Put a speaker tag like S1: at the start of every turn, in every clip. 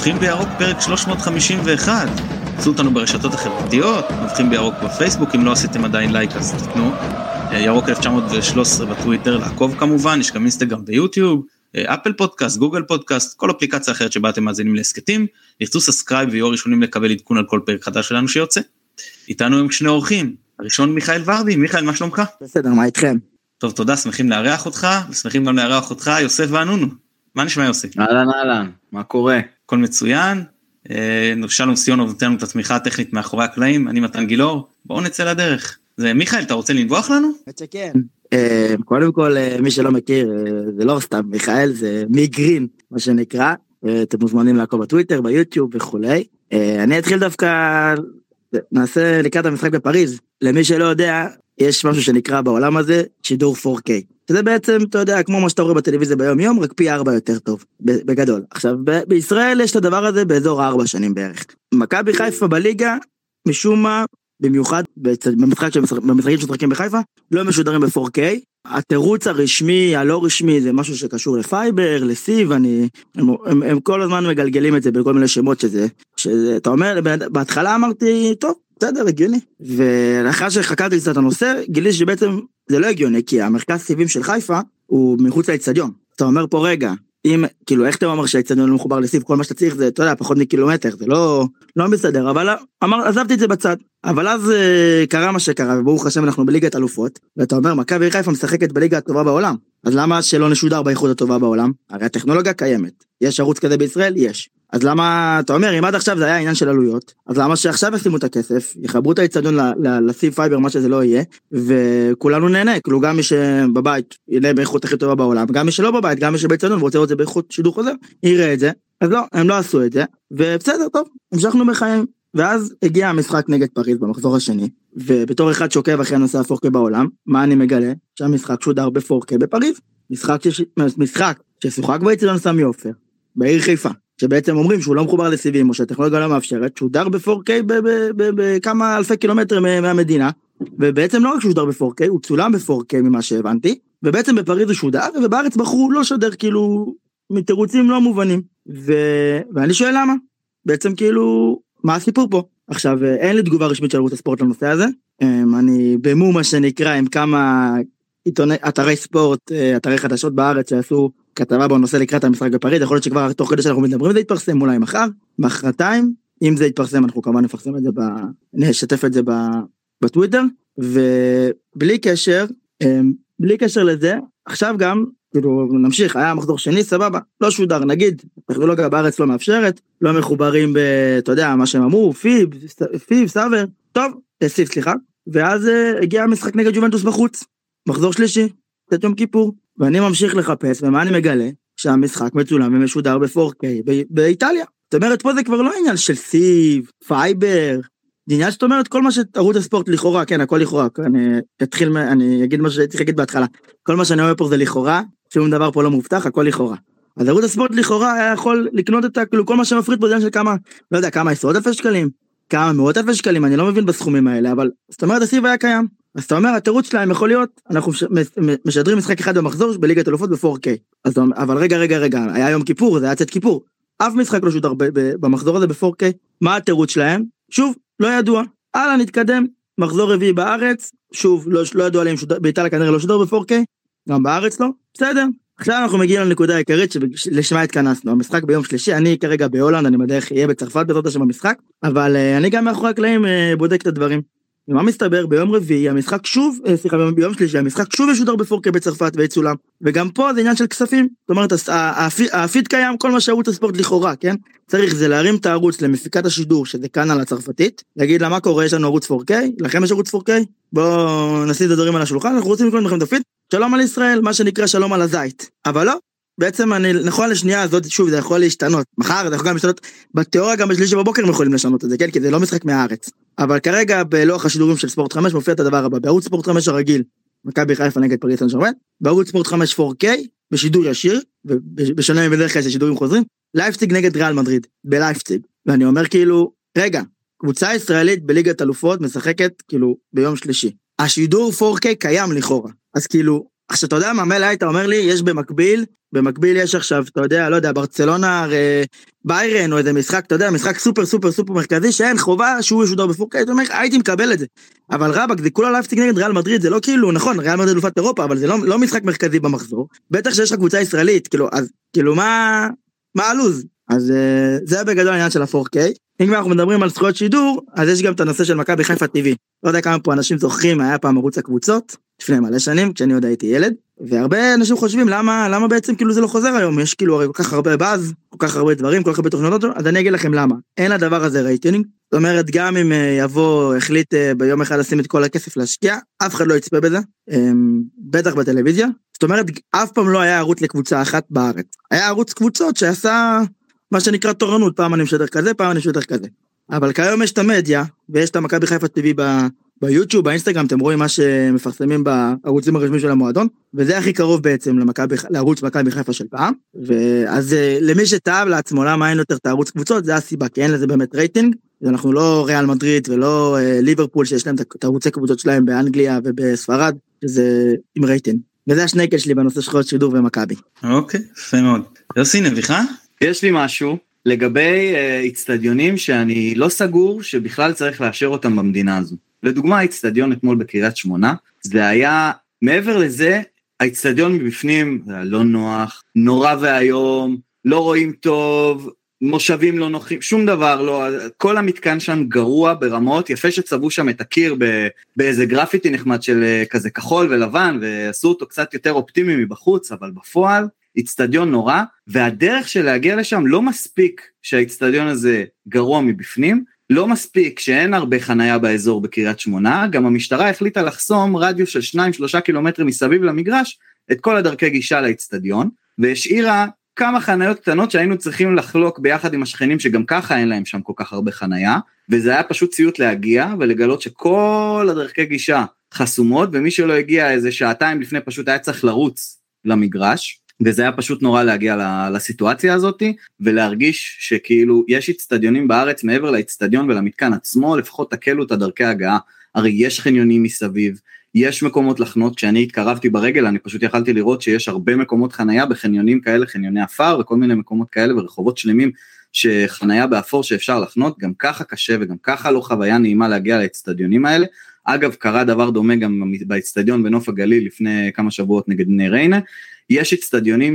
S1: נובחים בירוק פרק 351. עשו אותנו ברשתות החברתיות, נובחים בירוק בפייסבוק, אם לא עשיתם עדיין לייק אז תתנו. ירוק 1913 בטוויטר, לעקוב כמובן, יש גם אינסטגרם ביוטיוב, אפל פודקאסט, גוגל פודקאסט, כל אפליקציה אחרת שבה אתם מאזינים להסקטים, ירצו סאסקרייב ויהיו ראשונים לקבל עדכון על כל פרק חדש שלנו שיוצא. איתנו עם שני אורחים, הראשון מיכאל ורדי. מיכאל, מה שלומך?
S2: בסדר, מה איתכם?
S1: טוב, תודה, שמחים לארח אותך, ושמחים גם לארח אותך, יוסף וענונו. מה נשמע יוסף?
S3: אהלן, מה קורה?
S1: הכל מצוין, שלום סיונוב נותן לנו את התמיכה הטכנית מאחורי הקלעים, אני מתן גילאור, בואו נצא לדרך. זה מיכאל, אתה רוצה לנבוח לנו?
S2: כן. קודם כל, מי שלא מכיר, זה לא סתם מיכאל, זה מי גרין, מה שנקרא, אתם מוזמנים לעקוב בטוויטר, ביוטיוב וכולי. אני אתחיל דווקא, נעשה לקראת המשחק בפריז, למי שלא יודע, יש משהו שנקרא בעולם הזה, שידור 4K. שזה בעצם, אתה יודע, כמו מה שאתה רואה בטלוויזיה ביום יום, רק פי 4 יותר טוב, בגדול. עכשיו, בישראל יש את הדבר הזה באזור 4 שנים בערך. מכבי חיפה בליגה, משום מה, במיוחד במשחקים שמשחקים בחיפה, לא משודרים ב-4K. התירוץ הרשמי, הלא רשמי, זה משהו שקשור לפייבר, לסיב, הם כל הזמן מגלגלים את זה בכל מיני שמות שזה, אתה אומר, בהתחלה אמרתי, טוב, בסדר, הגיוני. ולאחר שחקרתי קצת את הנושא, גילי שבעצם זה לא הגיוני, כי המרכז סיבים של חיפה הוא מחוץ לאצטדיון. אתה אומר פה רגע, אם, כאילו, איך אתה אומר שהאצטדיון לא מחובר לסיב, כל מה שאתה צריך זה, אתה יודע, פחות מקילומטר, זה לא מסתדר, אבל עזבתי את זה בצד. אבל אז קרה מה שקרה, וברוך השם אנחנו בליגת אלופות, ואתה אומר, מכבי חיפה משחקת בליגה הטובה בעולם, אז למה שלא נשודר באיכות הטובה בעולם? הרי הטכנולוגיה קיימת, יש ערוץ כזה בישראל? יש. אז למה, אתה אומר, אם עד עכשיו זה היה עניין של עלויות, אז למה שעכשיו ישימו את הכסף, יחברו את האצטדיון לסיב פייבר, מה שזה לא יהיה, וכולנו נהנה, כאילו גם מי שבבית יהיה באיכות הכי טובה בעולם, גם מי שלא בבית, גם מי שבאצטדיון ורוצה לראות את זה באיכות שידור חוזר, יראה את זה. אז לא, הם לא עשו את זה, ובסדר, טוב, המשכנו בחיים. ואז הגיע המשחק נגד פריז במחזור השני, ובתור אחד שוקב אחרי הנושא ה-4K בעולם, מה אני מגלה? שהמשחק שודר ב-4K בפריז, משחק ששוחק באצטדיון סמי עופר, בעיר חיפה, שבעצם אומרים שהוא לא מחובר לסיבים, או שהטכנולוגיה לא מאפשרת, שודר ב-4K בכמה אלפי קילומטר מהמדינה, ובעצם לא רק שודר ב-4K, הוא צולם ב-4K ממה שהבנתי, ובעצם בפריז הוא שודר, ובארץ בחרו לא שודר כאילו מתירוצים לא מובנים, ואני שואל למה? בעצם כאילו, מה הסיפור פה? עכשיו, אין לי תגובה רשמית של ערוץ הספורט לנושא הזה, אני במו מה שנקרא עם כמה אתרי ספורט, אתרי חדשות בארץ שעשו כתבה בנושא לקראת המשחק בפריז, יכול להיות שכבר תוך כדי שאנחנו מדברים זה יתפרסם אולי מחר, מחרתיים, אם זה יתפרסם אנחנו כמובן נפרסם את זה, נשתף את זה בטוויטר, ובלי קשר לזה, עכשיו גם, כאילו נמשיך, היה מחזור שני, סבבה, לא שודר, נגיד, טכנולוגיה בארץ לא מאפשרת, לא מחוברים אתה יודע, מה שהם אמרו, פיב, סאבר, טוב, סיב, סליחה, ואז הגיע המשחק נגד יובנטוס בחוץ, מחזור שלישי, קצת יום כיפור, ואני ממשיך לחפש, ומה אני מגלה? שהמשחק מצולם ומשודר ב-4K באיטליה. זאת אומרת, פה זה כבר לא עניין של סיב, פייבר, זה עניין שאת אומרת, כל מה שערוץ הספורט לכאורה, כן, הכל לכאורה, אני אגיד מה שצריך להגיד בהתחלה, כל מה שאני אומר פה זה לכאורה, שום דבר פה לא מובטח, הכל לכאורה. אז ערוץ הספורט לכאורה היה יכול לקנות את כאילו, כל מה שמפריד פה זה עניין של כמה, לא יודע, כמה 10,000 שקלים, כמה 100,000 שקלים, אני לא מבין בסכומים האלה, אבל זאת אומרת, הסיב היה קיים. אז אתה אומר, התירוץ שלהם יכול להיות, אנחנו משדרים משחק אחד במחזור בליגת אלופות ב-4K. אבל רגע, היה יום כיפור, זה היה צאת כיפור. אף משחק לא שודר במחזור הזה ב-4K. מה התירוץ שלהם? שוב, לא ידוע. הלאה, נתקדם. מחזור רביעי בארץ, שוב, לא ידוע להם, באיטליה כנראה לא שודר ב-4K, גם בארץ לא. בסדר. עכשיו אנחנו מגיעים לנקודה העיקרית שלשמה התכנסנו. המשחק ביום שלישי, אני כרגע בהולנד, אני בדרך יהיה בצרפת בעזרת השם במשחק, אבל אני גם מאחורי הקלעים בודק את הדברים. ומה מסתבר? ביום רביעי, ביום שלישי, המשחק שוב ישודר ב-4K בצרפת ויצולם, וגם פה זה עניין של כספים, זאת אומרת, הפיד קיים, כל מה שערוץ הספורט לכאורה, כן? צריך זה להרים את הערוץ למפיקת השידור, שזה כאן על הצרפתית, להגיד לה מה קורה, יש לנו ערוץ 4K, לכם יש ערוץ 4K, בואו נשים את הדברים על השולחן, אנחנו רוצים לקרוא לכם את הפיד, שלום על ישראל, מה שנקרא שלום על הזית, אבל לא, בעצם נכון לשנייה הזאת, שוב, זה יכול להשתנות, מחר זה יכול גם להשתנות, בתיאוריה גם בשלישי בבוקר הם יכולים לשנות את זה, כן? כי זה לא משחק מהארץ, אבל כרגע בלוח השידורים של ספורט 5 מופיע את הדבר הבא, בערוץ ספורט 5 הרגיל, מכבי חיפה נגד פריז סן ז'רמן, בערוץ ספורט 5 4K, בשידור ישיר, ובשונה מבדרך כלל ששידורים חוזרים, לייפציג נגד ריאל מדריד, בלייפציג, ואני אומר כאילו, רגע, קבוצה ישראלית בליגת אלופות משחקת כאילו ביום שלישי, השידור 4K קיים לכאורה, אז כאילו, עכשיו אתה יודע מה, מלא היית אומר לי, יש במקביל במקביל יש עכשיו, אתה יודע, לא יודע, ברצלונה, ביירן, או איזה משחק, אתה יודע, משחק סופר סופר סופר מרכזי, שאין חובה שהוא ישודר בפורקי, אתה אומר, הייתי מקבל את זה. אבל רבק, זה כולה להפסיק נגד ריאל מדריד, זה לא כאילו, נכון, ריאל מדריד אלופת אירופה, אבל זה לא משחק מרכזי במחזור, בטח שיש לך קבוצה ישראלית, כאילו, אז, כאילו, מה הלוז? אז זה בגדול העניין של ה-4K. אם אנחנו מדברים על זכויות שידור, אז יש גם את הנושא של מכבי חיפה TV. לא יודע כמה פה אנשים זוכרים, היה פעם ערוץ הקבוצות, לפני מלא שנים, כשאני עוד הייתי ילד, והרבה אנשים חושבים, למה בעצם כאילו זה לא חוזר היום? יש כאילו הרי כל כך הרבה באז, כל כך הרבה דברים, כל כך הרבה תוכניות, אז אני אגיד לכם למה. אין לדבר הזה רייטינג, זאת אומרת, גם אם החליט ביום אחד לשים את כל הכסף להשקיע, אף אחד לא יצפה בזה, בטח בטלוויזיה. זאת אומרת, אף פעם לא היה ערוץ לקבוצה אחת בארץ. היה ערוץ קבוצות שעשה מה שנקרא תורנות, פעם אני משדר כזה, פעם אני משדר כזה. אבל כיום יש את המדיה, ויש את מכבי חיפה TV ביוטיוב, באינסטגרם, אתם רואים מה שמפרסמים בערוצים הרשמיים של המועדון, וזה הכי קרוב בעצם לערוץ מכבי חיפה של פעם, ואז למי שטעב לעצמו, למה אין יותר את הערוץ קבוצות, זה הסיבה, כי אין לזה באמת רייטינג, אנחנו לא ריאל מדריד ולא ליברפול, שיש להם את הערוצי קבוצות שלהם באנגליה ובספרד, שזה עם רייטינג. וזה השנקל שלי בנושא זכויות שידור ומכבי.
S1: אוקיי, יפה מאוד. יוסי, נביכה?
S3: יש לי משהו לגבי אצטדיונים שאני לא סגור שבכלל צריך לאשר אותם במדינה הזו. לדוגמה, האצטדיון אתמול בקריית שמונה, זה היה, מעבר לזה, האצטדיון מבפנים, זה היה לא נוח, נורא והיום, לא רואים טוב, מושבים לא נוחים, שום דבר לא, כל המתקן שם גרוע ברמות, יפה שצבו שם את הקיר באיזה גרפיטי נחמד של כזה כחול ולבן, ועשו אותו קצת יותר אופטימי מבחוץ, אבל בפועל, אצטדיון נורא, והדרך של להגיע לשם לא מספיק שהאצטדיון הזה גרוע מבפנים, לא מספיק שאין הרבה חנייה באזור בקריית שמונה, גם המשטרה החליטה לחסום רדיוס של 2-3 קילומטרים מסביב למגרש, את כל הדרכי גישה לאצטדיון, והשאירה כמה חניות קטנות שהיינו צריכים לחלוק ביחד עם השכנים, שגם ככה אין להם שם כל כך הרבה חנייה, וזה היה פשוט ציוט להגיע, ולגלות שכל הדרכי גישה חסומות, ומי שלא הגיע איזה שעתיים לפני פשוט היה צריך לרוץ למגרש, וזה היה פשוט נורא להגיע לסיטואציה הזאת, ולהרגיש שכאילו יש אצטדיונים בארץ מעבר לאצטדיון ולמתקן עצמו, לפחות תקלו את הדרכי הגעה, הרי יש חניונים מסביב, יש מקומות לחנות, כשאני התקרבתי ברגל, אני פשוט יכלתי לראות שיש הרבה מקומות חנייה בחניונים כאלה, חניוני אפר וכל מיני מקומות כאלה, ורחובות שלמים שחנייה באפור שאפשר לחנות, גם ככה קשה וגם ככה לא חוויה נעימה להגיע לאצטדיונים האלה. אגב, קרה דבר דומה גם באצטדיון בנוף הגליל לפני כמה שבועות נגד בני ריינה, יש אצטדיונים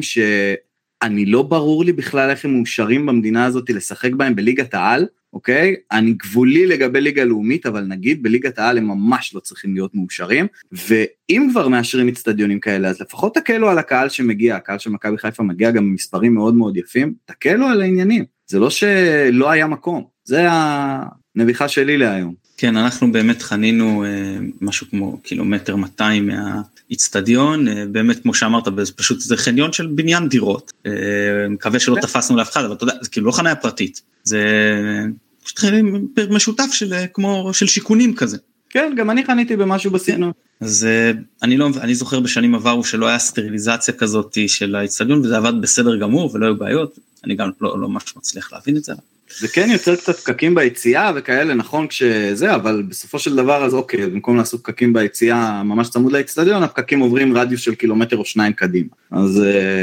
S3: שאני לא ברור לי בכלל איך הם מאושרים במדינה הזאת לשחק בהם בליגת העל, אוקיי? אני גבולי לגבי ליגה לאומית, אבל נגיד בליגת העל הם ממש לא צריכים להיות מאושרים, ואם כבר מאשרים אצטדיונים כאלה, אז לפחות תקלו על הקהל שמגיע, הקהל של מכבי חיפה מגיע גם במספרים מאוד מאוד יפים, תקלו על העניינים, זה לא שלא היה מקום, זה הנביחה שלי להיום.
S1: כן, אנחנו באמת חנינו משהו כמו 1.2 קילומטר מהאצטדיון, באמת כמו שאמרת, פשוט זה חניון של בניין דירות, מקווה שלא תפסנו לאף אחד, אבל אתה יודע, זה כאילו לא חניה פרטית, זה חניון משותף של שיכונים כזה.
S3: כן, גם אני חניתי במשהו בסגנון.
S1: אז אני זוכר בשנים עברו שלא היה סטריליזציה כזאת של האצטדיון, וזה עבד בסדר גמור ולא היו בעיות, אני גם לא ממש מצליח להבין את זה.
S3: זה כן יוצר קצת פקקים ביציאה וכאלה, נכון כשזה, אבל בסופו של דבר אז אוקיי, במקום לעשות פקקים ביציאה ממש צמוד לאצטדיון, הפקקים עוברים רדיוס של 1-2 קילומטר קדימה. אז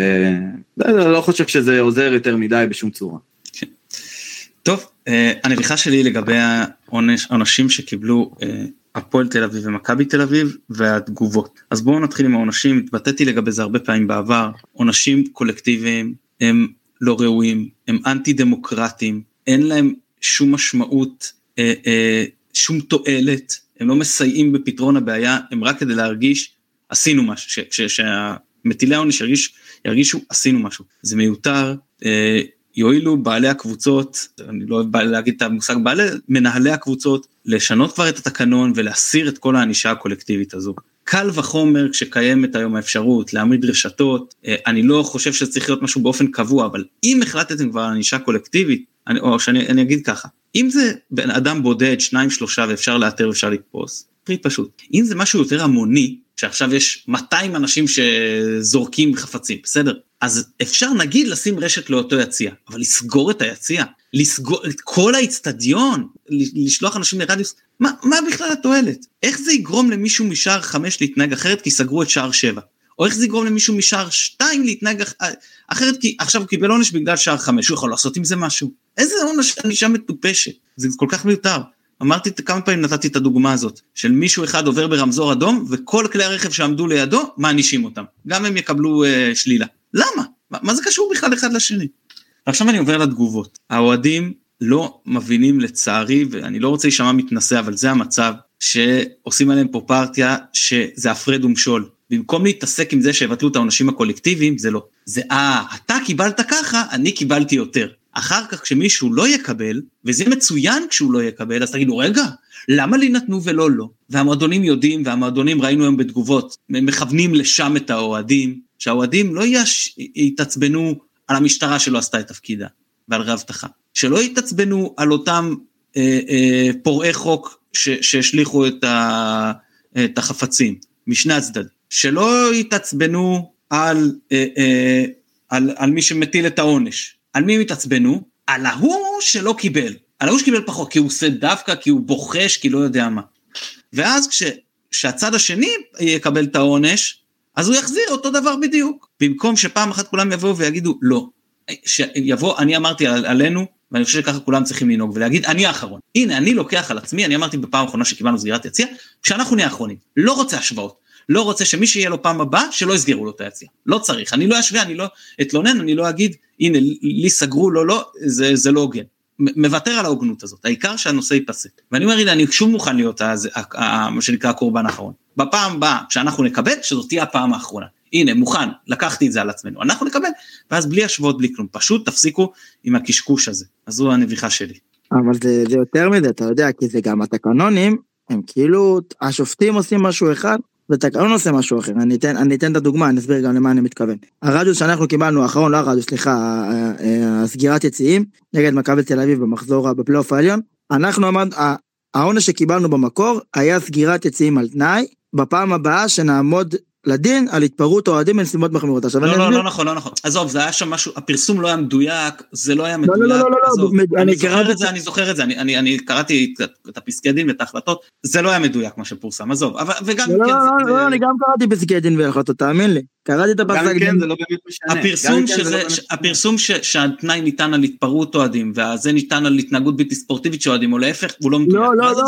S3: לא חושב שזה עוזר יותר מדי בשום צורה.
S1: כן. טוב, הנביחה שלי לגבי העונשים שקיבלו הפועל תל אביב ומכבי תל אביב והתגובות. אז בואו נתחיל עם העונשים, התבטאתי לגבי זה הרבה פעמים בעבר, עונשים קולקטיביים הם לא ראויים, הם אנטי דמוקרטיים, אין להם שום משמעות, שום תועלת, הם לא מסייעים בפתרון הבעיה, הם רק כדי להרגיש, עשינו משהו, שהמטילי העונש ירגישו, עשינו משהו, זה מיותר, יועילו בעלי הקבוצות, אני לא אוהב להגיד את המושג בעלי, מנהלי הקבוצות, לשנות כבר את התקנון, ולהסיר את כל הענישה הקולקטיבית הזו. קל וחומר כשקיימת היום האפשרות להעמיד רשתות, אני לא חושב שצריך להיות משהו באופן קבוע, אבל אם החלטתם כבר ענישה קולקטיבית, או שאני אגיד ככה, אם זה בן אדם בודד, 2-3 ואפשר לאתר ואפשר לתפוס, פשוט. אם זה משהו יותר המוני, שעכשיו יש 200 אנשים שזורקים חפצים, בסדר? אז אפשר נגיד לשים רשת לאותו יציע, אבל לסגור את היציע, לסגור את כל האצטדיון, לשלוח אנשים לרדיוס, מה בכלל התועלת? איך זה יגרום למישהו משער 5 להתנהג אחרת כי סגרו את שער 7? או איך זה יגרום למישהו משער 2 להתנהג אחרת, כי עכשיו הוא קיבל עונש בגלל שער 5, הוא יכול לעשות עם זה משהו. איזה עונש ענישה מטופשת, זה כל כך מיותר. אמרתי כמה פעמים, נתתי את הדוגמה הזאת, של מישהו אחד עובר ברמזור אדום, וכל כלי הרכב שעמדו לידו, מענישים אותם. גם הם יקבלו שלילה. למה? מה זה קשור בכלל אחד לשני? עכשיו אני עובר לתגובות. האוהדים לא מבינים לצערי, ואני לא רוצה להישמע מתנשא, אבל זה המצב, שעושים עליהם פה פרטיה, שזה הפרד ומשול. במקום להתעסק עם זה שהבטלו את העונשים הקולקטיביים, זה לא. זה, אתה קיבלת ככה, אני קיבלתי יותר. אחר כך כשמישהו לא יקבל, וזה מצוין כשהוא לא יקבל, אז תגידו, רגע, למה לי נתנו ולא לא? והמועדונים יודעים, והמועדונים ראינו היום בתגובות, מכוונים לשם את האוהדים, שהאוהדים לא יתעצבנו על המשטרה שלא עשתה את תפקידה, ועל רבטחה. שלא יתעצבנו על אותם פורעי חוק שהשליחו את החפצים, משני הצדדים. שלא יתעצבנו על מי שמטיל את העונש. על מי הם יתעצבנו? על ההוא שלא קיבל. על ההוא שקיבל פחות, כי הוא עושה דווקא, כי הוא בוחש, כי לא יודע מה. ואז כשהצד השני יקבל את העונש, אז הוא יחזיר אותו דבר בדיוק. במקום שפעם אחת כולם יבואו ויגידו, לא. שיבוא, אני אמרתי עלינו, ואני חושב שככה כולם צריכים לנהוג, ולהגיד, אני האחרון. הנה, אני לוקח על עצמי, אני אמרתי בפעם האחרונה שקיבלנו סגירת יציאה, שאנחנו נהיה האחרונים. לא רוצה השוואות. לא רוצה שמי שיהיה לו פעם הבאה, שלא יסגרו לו את היציאה. לא צריך. אני לא אשווה, אני לא אתלונן, אני לא אגיד, הנה, לי סגרו, לא, זה לא הוגן. מוותר על ההוגנות הזאת. העיקר שהנושא ייפסק. ואני אומר, הנה, אני שוב מוכן להיות, מה שנקרא, הקורבן האחרון. בפעם הבאה, שאנחנו נקבל, שזאת תהיה הפעם האחרונה. הנה, מוכן, לקחתי את זה על עצמנו. אנחנו נקבל, ואז בלי השוואות, בלי כלום. פשוט תפסיקו עם הקשקוש הזה. אז זו הנביכה שלי.
S2: אבל זה יותר מזה, אתה יודע, כי זה גם התקנונים, הם כאילו, השופטים עושים משהו אחד, ותקנון עושה משהו אחר. אני אתן את הדוגמה, אני אסביר גם למה אני מתכוון. הרדיוס שאנחנו קיבלנו, האחרון, לא הרדיוס, סליחה, הסגירת יציאים, נגד מכבי תל אביב במחזור, בפלייאוף העליון, אנחנו אמרנו, העונש שקיבלנו במקור, היה סגירת יציאים על תנאי, בפעם הבאה שנעמוד לדין על התפרעות אוהדים בנסיבות מחמירות.
S1: לא נכון. עזוב, זה היה שם משהו, הפרסום לא היה מדויק, זה לא היה מדויק. לא, אני זוכר את זה, אני קראתי את הפסקי דין ואת ההחלטות, זה לא היה מדויק מה שפורסם, עזוב. וגם כן...
S2: לא, אני גם קראתי פסקי דין והחלטות, תאמין לי. קראתי את הפסקי דין.
S3: זה לא באמת משנה.
S1: הפרסום שהתנאי ניתן על התפרעות אוהדים, וזה ניתן על התנהגות בלתי ספורטיבית שאוהדים, או להפך, הוא לא מדויק.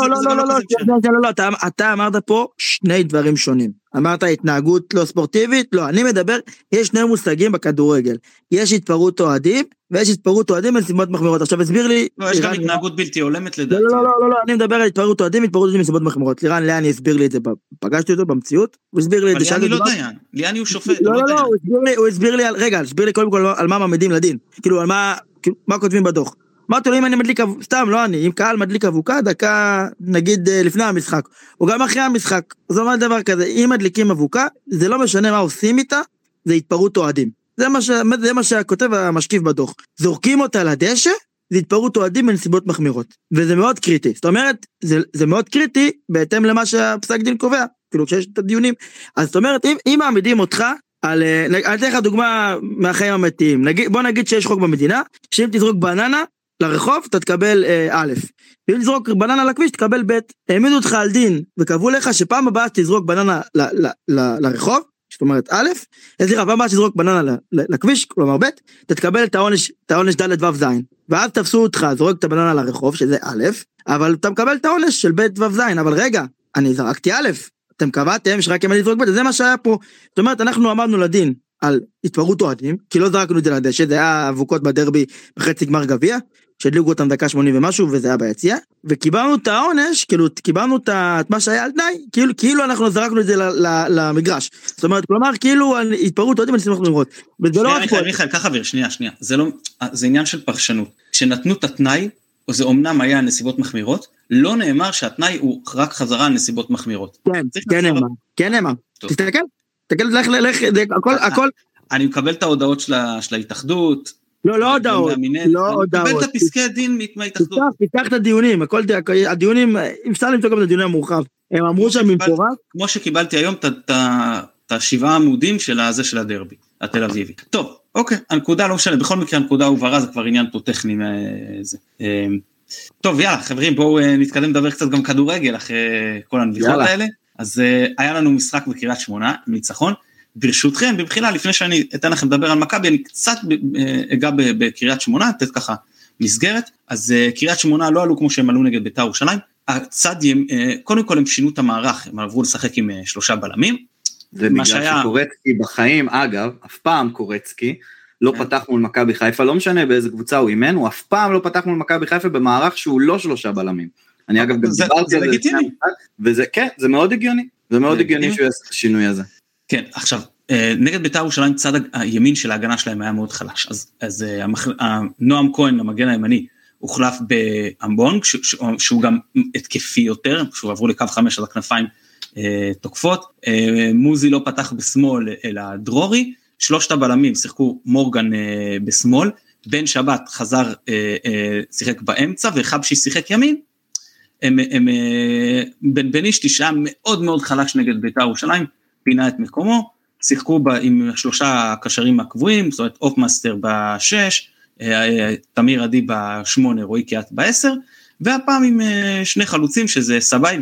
S2: לא, אתה אמרת פה שני דברים שונים. אמרת התנהגות לא ספורטיבית, לא, אני מדבר, יש שני מושגים בכדורגל, יש התפרעות אוהדים, ויש התפרעות אוהדים בנסיבות מחמירות, עכשיו הסביר לי...
S1: לא, יש גם התנהגות בלתי הולמת לדעתי.
S2: לא, אני מדבר על התפרעות אוהדים בנסיבות מחמירות, לירן ליאני הסביר לי את זה, פגשתי אותו במציאות, הוא הסביר לי את זה...
S1: ליאני לא דיין, ליאני הוא שופט,
S2: לא, הוא הסביר לי, רגע, הסביר לי קודם כל על מה מעמידים לדין, כאילו על מה כותבים בדוח. אמרתי לו, אם אני מדליק, סתם, לא אני, אם קהל מדליק אבוקה, דקה, נגיד, לפני המשחק, או גם אחרי המשחק, זאת אומרת דבר כזה, אם מדליקים אבוקה, זה לא משנה מה עושים איתה, זה התפרעות אוהדים. זה מה שכותב המשקיף בדוח. זורקים אותה לדשא, זה התפרעות אוהדים בנסיבות מחמירות. וזה מאוד קריטי. זאת אומרת, זה מאוד קריטי, בהתאם למה שהפסק דין קובע, כאילו כשיש את הדיונים. אז זאת אומרת, אם מעמידים אותך, אני אתן לך דוגמה מהחיים המתיים, בוא נגיד שיש חוק במדינה, שאם תזרוק בננה, לרחוב, אתה תקבל א', ואם תזרוק בננה לכביש, תקבל ב', העמידו אותך על דין, וקבעו לך שפעם הבאה תזרוק בננה לרחוב, זאת אומרת א', פעם הבאה תזרוק בננה לכביש, כלומר ב', אתה תקבל את העונש ד' ו' ז', ואז תפסו אותך, זרוק את הבננה לרחוב, שזה א', אבל אתה מקבל את העונש של ב' ו' ז', אבל רגע, אני זרקתי א', אתם קבעתם שרק אם אני זרוק ב', זה מה שהיה פה, זאת אומרת, אנחנו עמדנו לדין, על התפרעות אוהדים, כי לא זרקנו את זה לדשא, זה היה אבוקות בדרבי בחצי גמר גביע, שהדליגו אותם דקה 80 ומשהו, וזה היה ביציאה, וקיבלנו את העונש, כאילו, קיבלנו את מה שהיה על תנאי, כאילו אנחנו זרקנו את זה למגרש. זאת אומרת, כלומר, כאילו, התפרעות אוהדים, אני אשמח לראות.
S1: מיכאל, ככה אוויר, שנייה. זה עניין של פרשנות. כשנתנו את התנאי, או זה אומנם היה נסיבות מחמירות, לא נאמר שהתנאי הוא רק חזרה על נסיבות מחמירות.
S2: כן נאמר. תסתכל, הכל.
S1: אני מקבל את ההודעות של ההתאחדות.
S2: לא הודעות.
S1: מקבל את הפסקי דין מההתאחדות.
S2: תיקח את הדיונים, הדיונים, אפשר למצוא גם את הדיונים המורחב. הם אמרו שם ממפורט.
S1: כמו שקיבלתי היום את השבעה עמודים של הזה של הדרבי, התל אביבי. טוב, אוקיי, הנקודה לא משנה, בכל מקרה הנקודה הובהרה, זה כבר עניין פה טכני מהזה. טוב, יאללה, חברים, בואו נתקדם לדבר קצת גם כדורגל אחרי כל הנביחות האלה. אז היה לנו משחק בקריית שמונה, ניצחון, ברשותכם, בבחילה, לפני שאני אתן לכם לדבר על מכבי, אני קצת אגע בקריית שמונה, לתת ככה מסגרת, אז קריית שמונה לא עלו כמו שהם עלו נגד בית"ר ירושלים, קודם כל הם שינו את המערך, הם עברו לשחק עם 3 בלמים.
S3: זה בגלל שקורצקי בחיים, אגב, אף פעם קורצקי, לא פתח מול מכבי חיפה, לא משנה באיזה קבוצה הוא אימן, הוא אף פעם לא פתח מול מכבי חיפה במערך שהוא לא 3 בלמים. אני אגב גם דיברתי על זה, וזה כן, זה מאוד הגיוני, זה מאוד הגיוני שהוא יעשה את השינוי הזה.
S1: כן, עכשיו, נגד בית"ר ירושלים צד הימין של ההגנה שלהם היה מאוד חלש, אז נועם כהן, המגן הימני, הוחלף באמבון, שהוא גם התקפי יותר, שהוא עברו לקו 5 על הכנפיים תוקפות, מוזי לא פתח בשמאל אלא דרורי, 3 הבלמים שיחקו מורגן בשמאל, בן שבת חזר, שיחק באמצע, וחבשי שיחק ימין, בן איש תשעה מאוד מאוד חלש נגד בית"ר ירושלים, פינה את מקומו, שיחקו עם 3 הקשרים הקבועים, זאת אומרת אופמאסטר ב6, תמיר עדי ב8, רועי קיאט ב10, והפעם עם 2 חלוצים שזה סבאי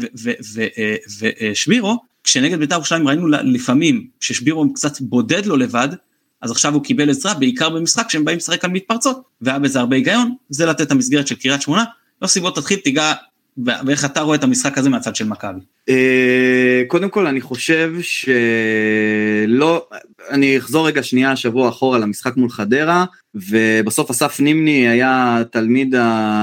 S1: ושבירו, כשנגד בית"ר ירושלים ראינו לפעמים ששבירו קצת בודד לו לבד, אז עכשיו הוא קיבל עזרה, בעיקר במשחק שהם באים לשחק על מתפרצות, והיה בזה הרבה היגיון, זה לתת את המסגרת של קריית שמונה, לא סיבות תתחיל, תיגע, ואיך אתה רואה את המשחק הזה מהצד של מכבי?
S3: קודם כל אני חושב שלא, אני אחזור רגע שנייה שבוע אחורה למשחק מול חדרה, ובסוף אסף נימני היה תלמיד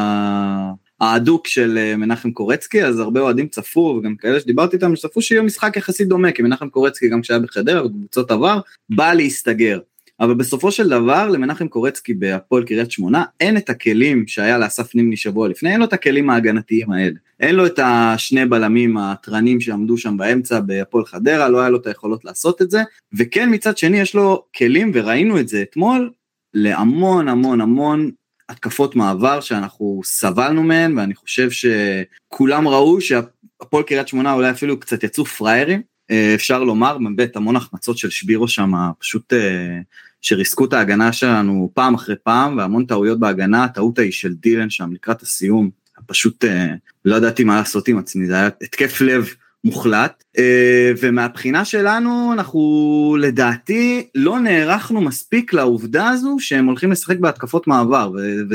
S3: העדוק של מנחם קורצקי, אז הרבה אוהדים צפו, וגם כאלה שדיברתי איתם, צפו שיהיה משחק יחסית דומה, כי מנחם קורצקי גם כשהיה בחדרה, ובקבוצות עבר, בא להסתגר. אבל בסופו של דבר, למנחם קורצקי בהפועל קריית שמונה, אין את הכלים שהיה לאסף נימני שבוע לפני, אין לו את הכלים ההגנתיים האלה. אין לו את 2 בלמים הטרנים שעמדו שם באמצע בהפועל חדרה, לא היה לו את היכולות לעשות את זה, וכן מצד שני יש לו כלים, וראינו את זה אתמול, להמון המון המון התקפות מעבר שאנחנו סבלנו מהן, ואני חושב שכולם ראו שהפועל קריית שמונה אולי אפילו קצת יצאו פריירים, אפשר לומר, מבית המון החמצות של שבירו שם, פשוט שריסקו את ההגנה שלנו פעם אחרי פעם, והמון טעויות בהגנה, הטעות היא של דילן שם לקראת הסיום, פשוט לא ידעתי מה לעשות עם עצמי, זה היה התקף לב מוחלט, ומהבחינה שלנו אנחנו לדעתי לא נערכנו מספיק לעובדה הזו שהם הולכים לשחק בהתקפות מעבר,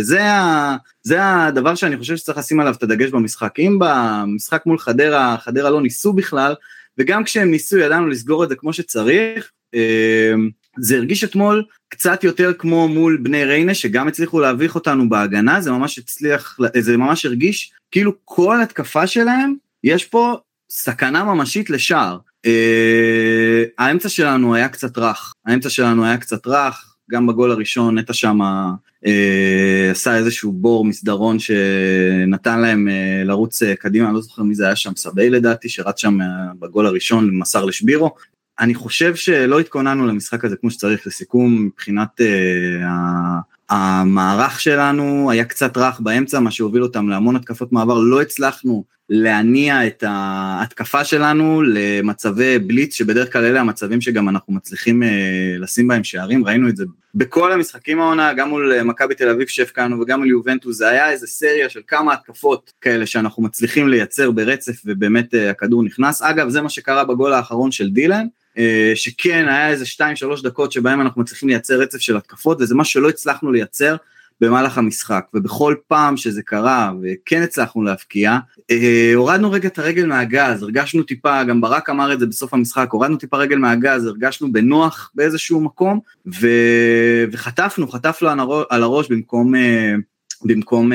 S3: וזה הדבר שאני חושב שצריך לשים עליו את הדגש במשחק. אם במשחק מול חדרה, חדרה לא ניסו בכלל, וגם כשהם ניסו ידענו לסגור את זה כמו שצריך, זה הרגיש אתמול קצת יותר כמו מול בני ריינה, שגם הצליחו להביך אותנו בהגנה, זה ממש הרגיש כאילו כל התקפה שלהם, יש פה סכנה ממשית לשער. האמצע שלנו היה קצת רך, גם בגול הראשון נטע שמה עשה איזשהו בור מסדרון שנתן להם לרוץ קדימה, אני לא זוכר מי זה היה שם, סבי לדעתי, שרץ שם בגול הראשון מסר לשבירו. אני חושב שלא התכוננו למשחק הזה כמו שצריך, לסיכום מבחינת המערך שלנו היה קצת רך באמצע, מה שהוביל אותם להמון התקפות מעבר, לא הצלחנו להניע את ההתקפה שלנו למצבי בליץ, שבדרך כלל אלה המצבים שגם אנחנו מצליחים לשים בהם שערים, ראינו את זה בכל המשחקים העונה, גם מול מכבי תל אביב שהפקענו וגם מול יובנטוס, זה היה איזה סריה של כמה התקפות כאלה שאנחנו מצליחים לייצר ברצף, ובאמת הכדור נכנס. אגב, זה מה שקרה בגול האחרון של דילן, שכן היה איזה 2-3 דקות שבהם אנחנו מצליחים לייצר רצף של התקפות, וזה מה שלא הצלחנו לייצר במהלך המשחק, ובכל פעם שזה קרה, וכן הצלחנו להפקיע, הורדנו רגע את הרגל מהגז, הרגשנו טיפה, גם ברק אמר את זה בסוף המשחק, הורדנו טיפה רגל מהגז, הרגשנו בנוח באיזשהו מקום, וחטפנו על הראש במקום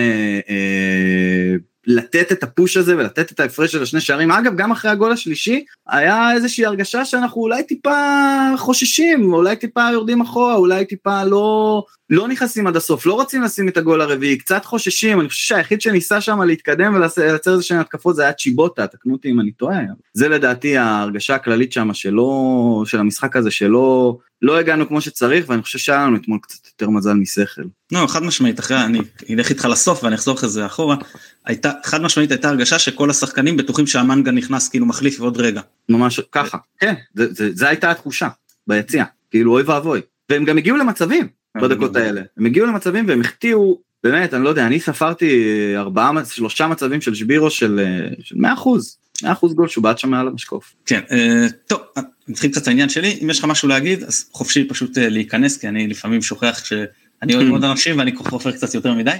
S3: לתת את הפוש הזה, ולתת את ההפרש של 2 שערים. אגב, גם אחרי הגול השלישי, היה איזושהי הרגשה שאנחנו אולי טיפה חוששים, אולי טיפה יורדים אחורה, אולי טיפה לא נכנסים עד הסוף, לא רוצים לשים את הגול הרביעי, קצת חוששים. אני חושב שהיחיד שניסה שם להתקדם ולייצר איזה שהן התקפות, זה היה צ'יבוטה, תקנו אותי אם אני טועה. זה לדעתי ההרגשה הכללית שם של המשחק הזה, לא הגענו כמו שצריך, ואני חושב שהיה לנו אתמול קצת יותר מזל משכל.
S1: לא, חד משמעית, אני אלך איתך לסוף ואני אחזור אחרי זה אחורה, חד משמעית הייתה הרגשה שכל השחקנים בטוחים שהמנגה נכנס כאילו מחליף ועוד רגע.
S3: ממש ככה, כן, זה הייתה התחושה ביציאה, כאילו אוי ואבוי, והם גם הגיעו למצבים בדקות האלה, הם הגיעו למצבים והם החטיאו, באמת, אני לא יודע, אני ספרתי 3 מצבים של שבירו של 100% גול שהוא בעט שם מעל המשקוף.
S1: כן, טוב, נתחיל קצת העניין שלי, אם יש לך משהו להגיד, אז חופשי פשוט להיכנס, כי אני לפעמים שוכח שאני אוהב מאוד אנשים, ואני חופר קצת יותר מדי.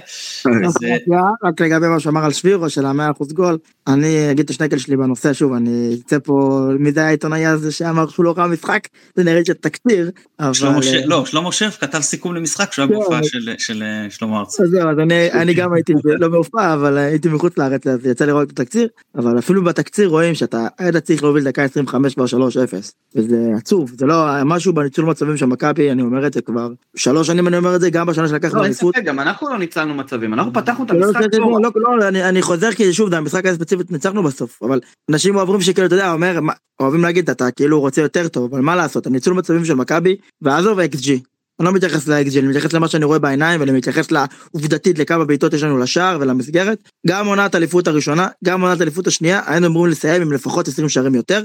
S2: רק לגבי מה שאמר על שבירו, של 100% גול, אני אגיד את השנקל שלי בנושא, שוב, אני אצא פה, מדי העיתונאי הזה שאמר שהוא לא ראה משחק, זה נראה שתקציר, אבל...
S1: שלמה שף כתב סיכום למשחק, שהוא היה בהופעה של שלמה ארצי.
S2: אז אני גם הייתי לא בהופעה, אבל הייתי מחוץ לארץ, אז יצא לראות את התקציר, אבל אפילו בתקציר רואים שאתה היית צריך להוביל דקה 25 כבר 3-0, וזה עצוב, זה לא משהו בניצול מצבים של מכבי, אני אומר את זה כבר 3 שנים, אני אומר את זה גם בשנה שלקח
S3: באליפות. גם אנחנו לא ניצלנו מצבים, אנחנו פתחנו את המשחק.
S2: לא, אני חוזר כי שוב, המשחק הזה ספציפית ניצחנו בסוף, אבל אנשים אוהבים שכאילו, אתה יודע, אוהבים להגיד, אתה כאילו רוצה יותר טוב, אבל מה לעשות, הניצול מצבים של מכבי, ועזוב ה-XG, אני לא מתייחס ל-XG, אני מתייחס למה שאני רואה בעיניים, ואני מתייחס לעובדתית לכמה בעיטות יש לנו לשער ולמסגרת, גם עונת האליפות הראשונה, גם עונת האליפות השנייה, היינו אמורים לסיים עם לפחות 20 שערים יותר,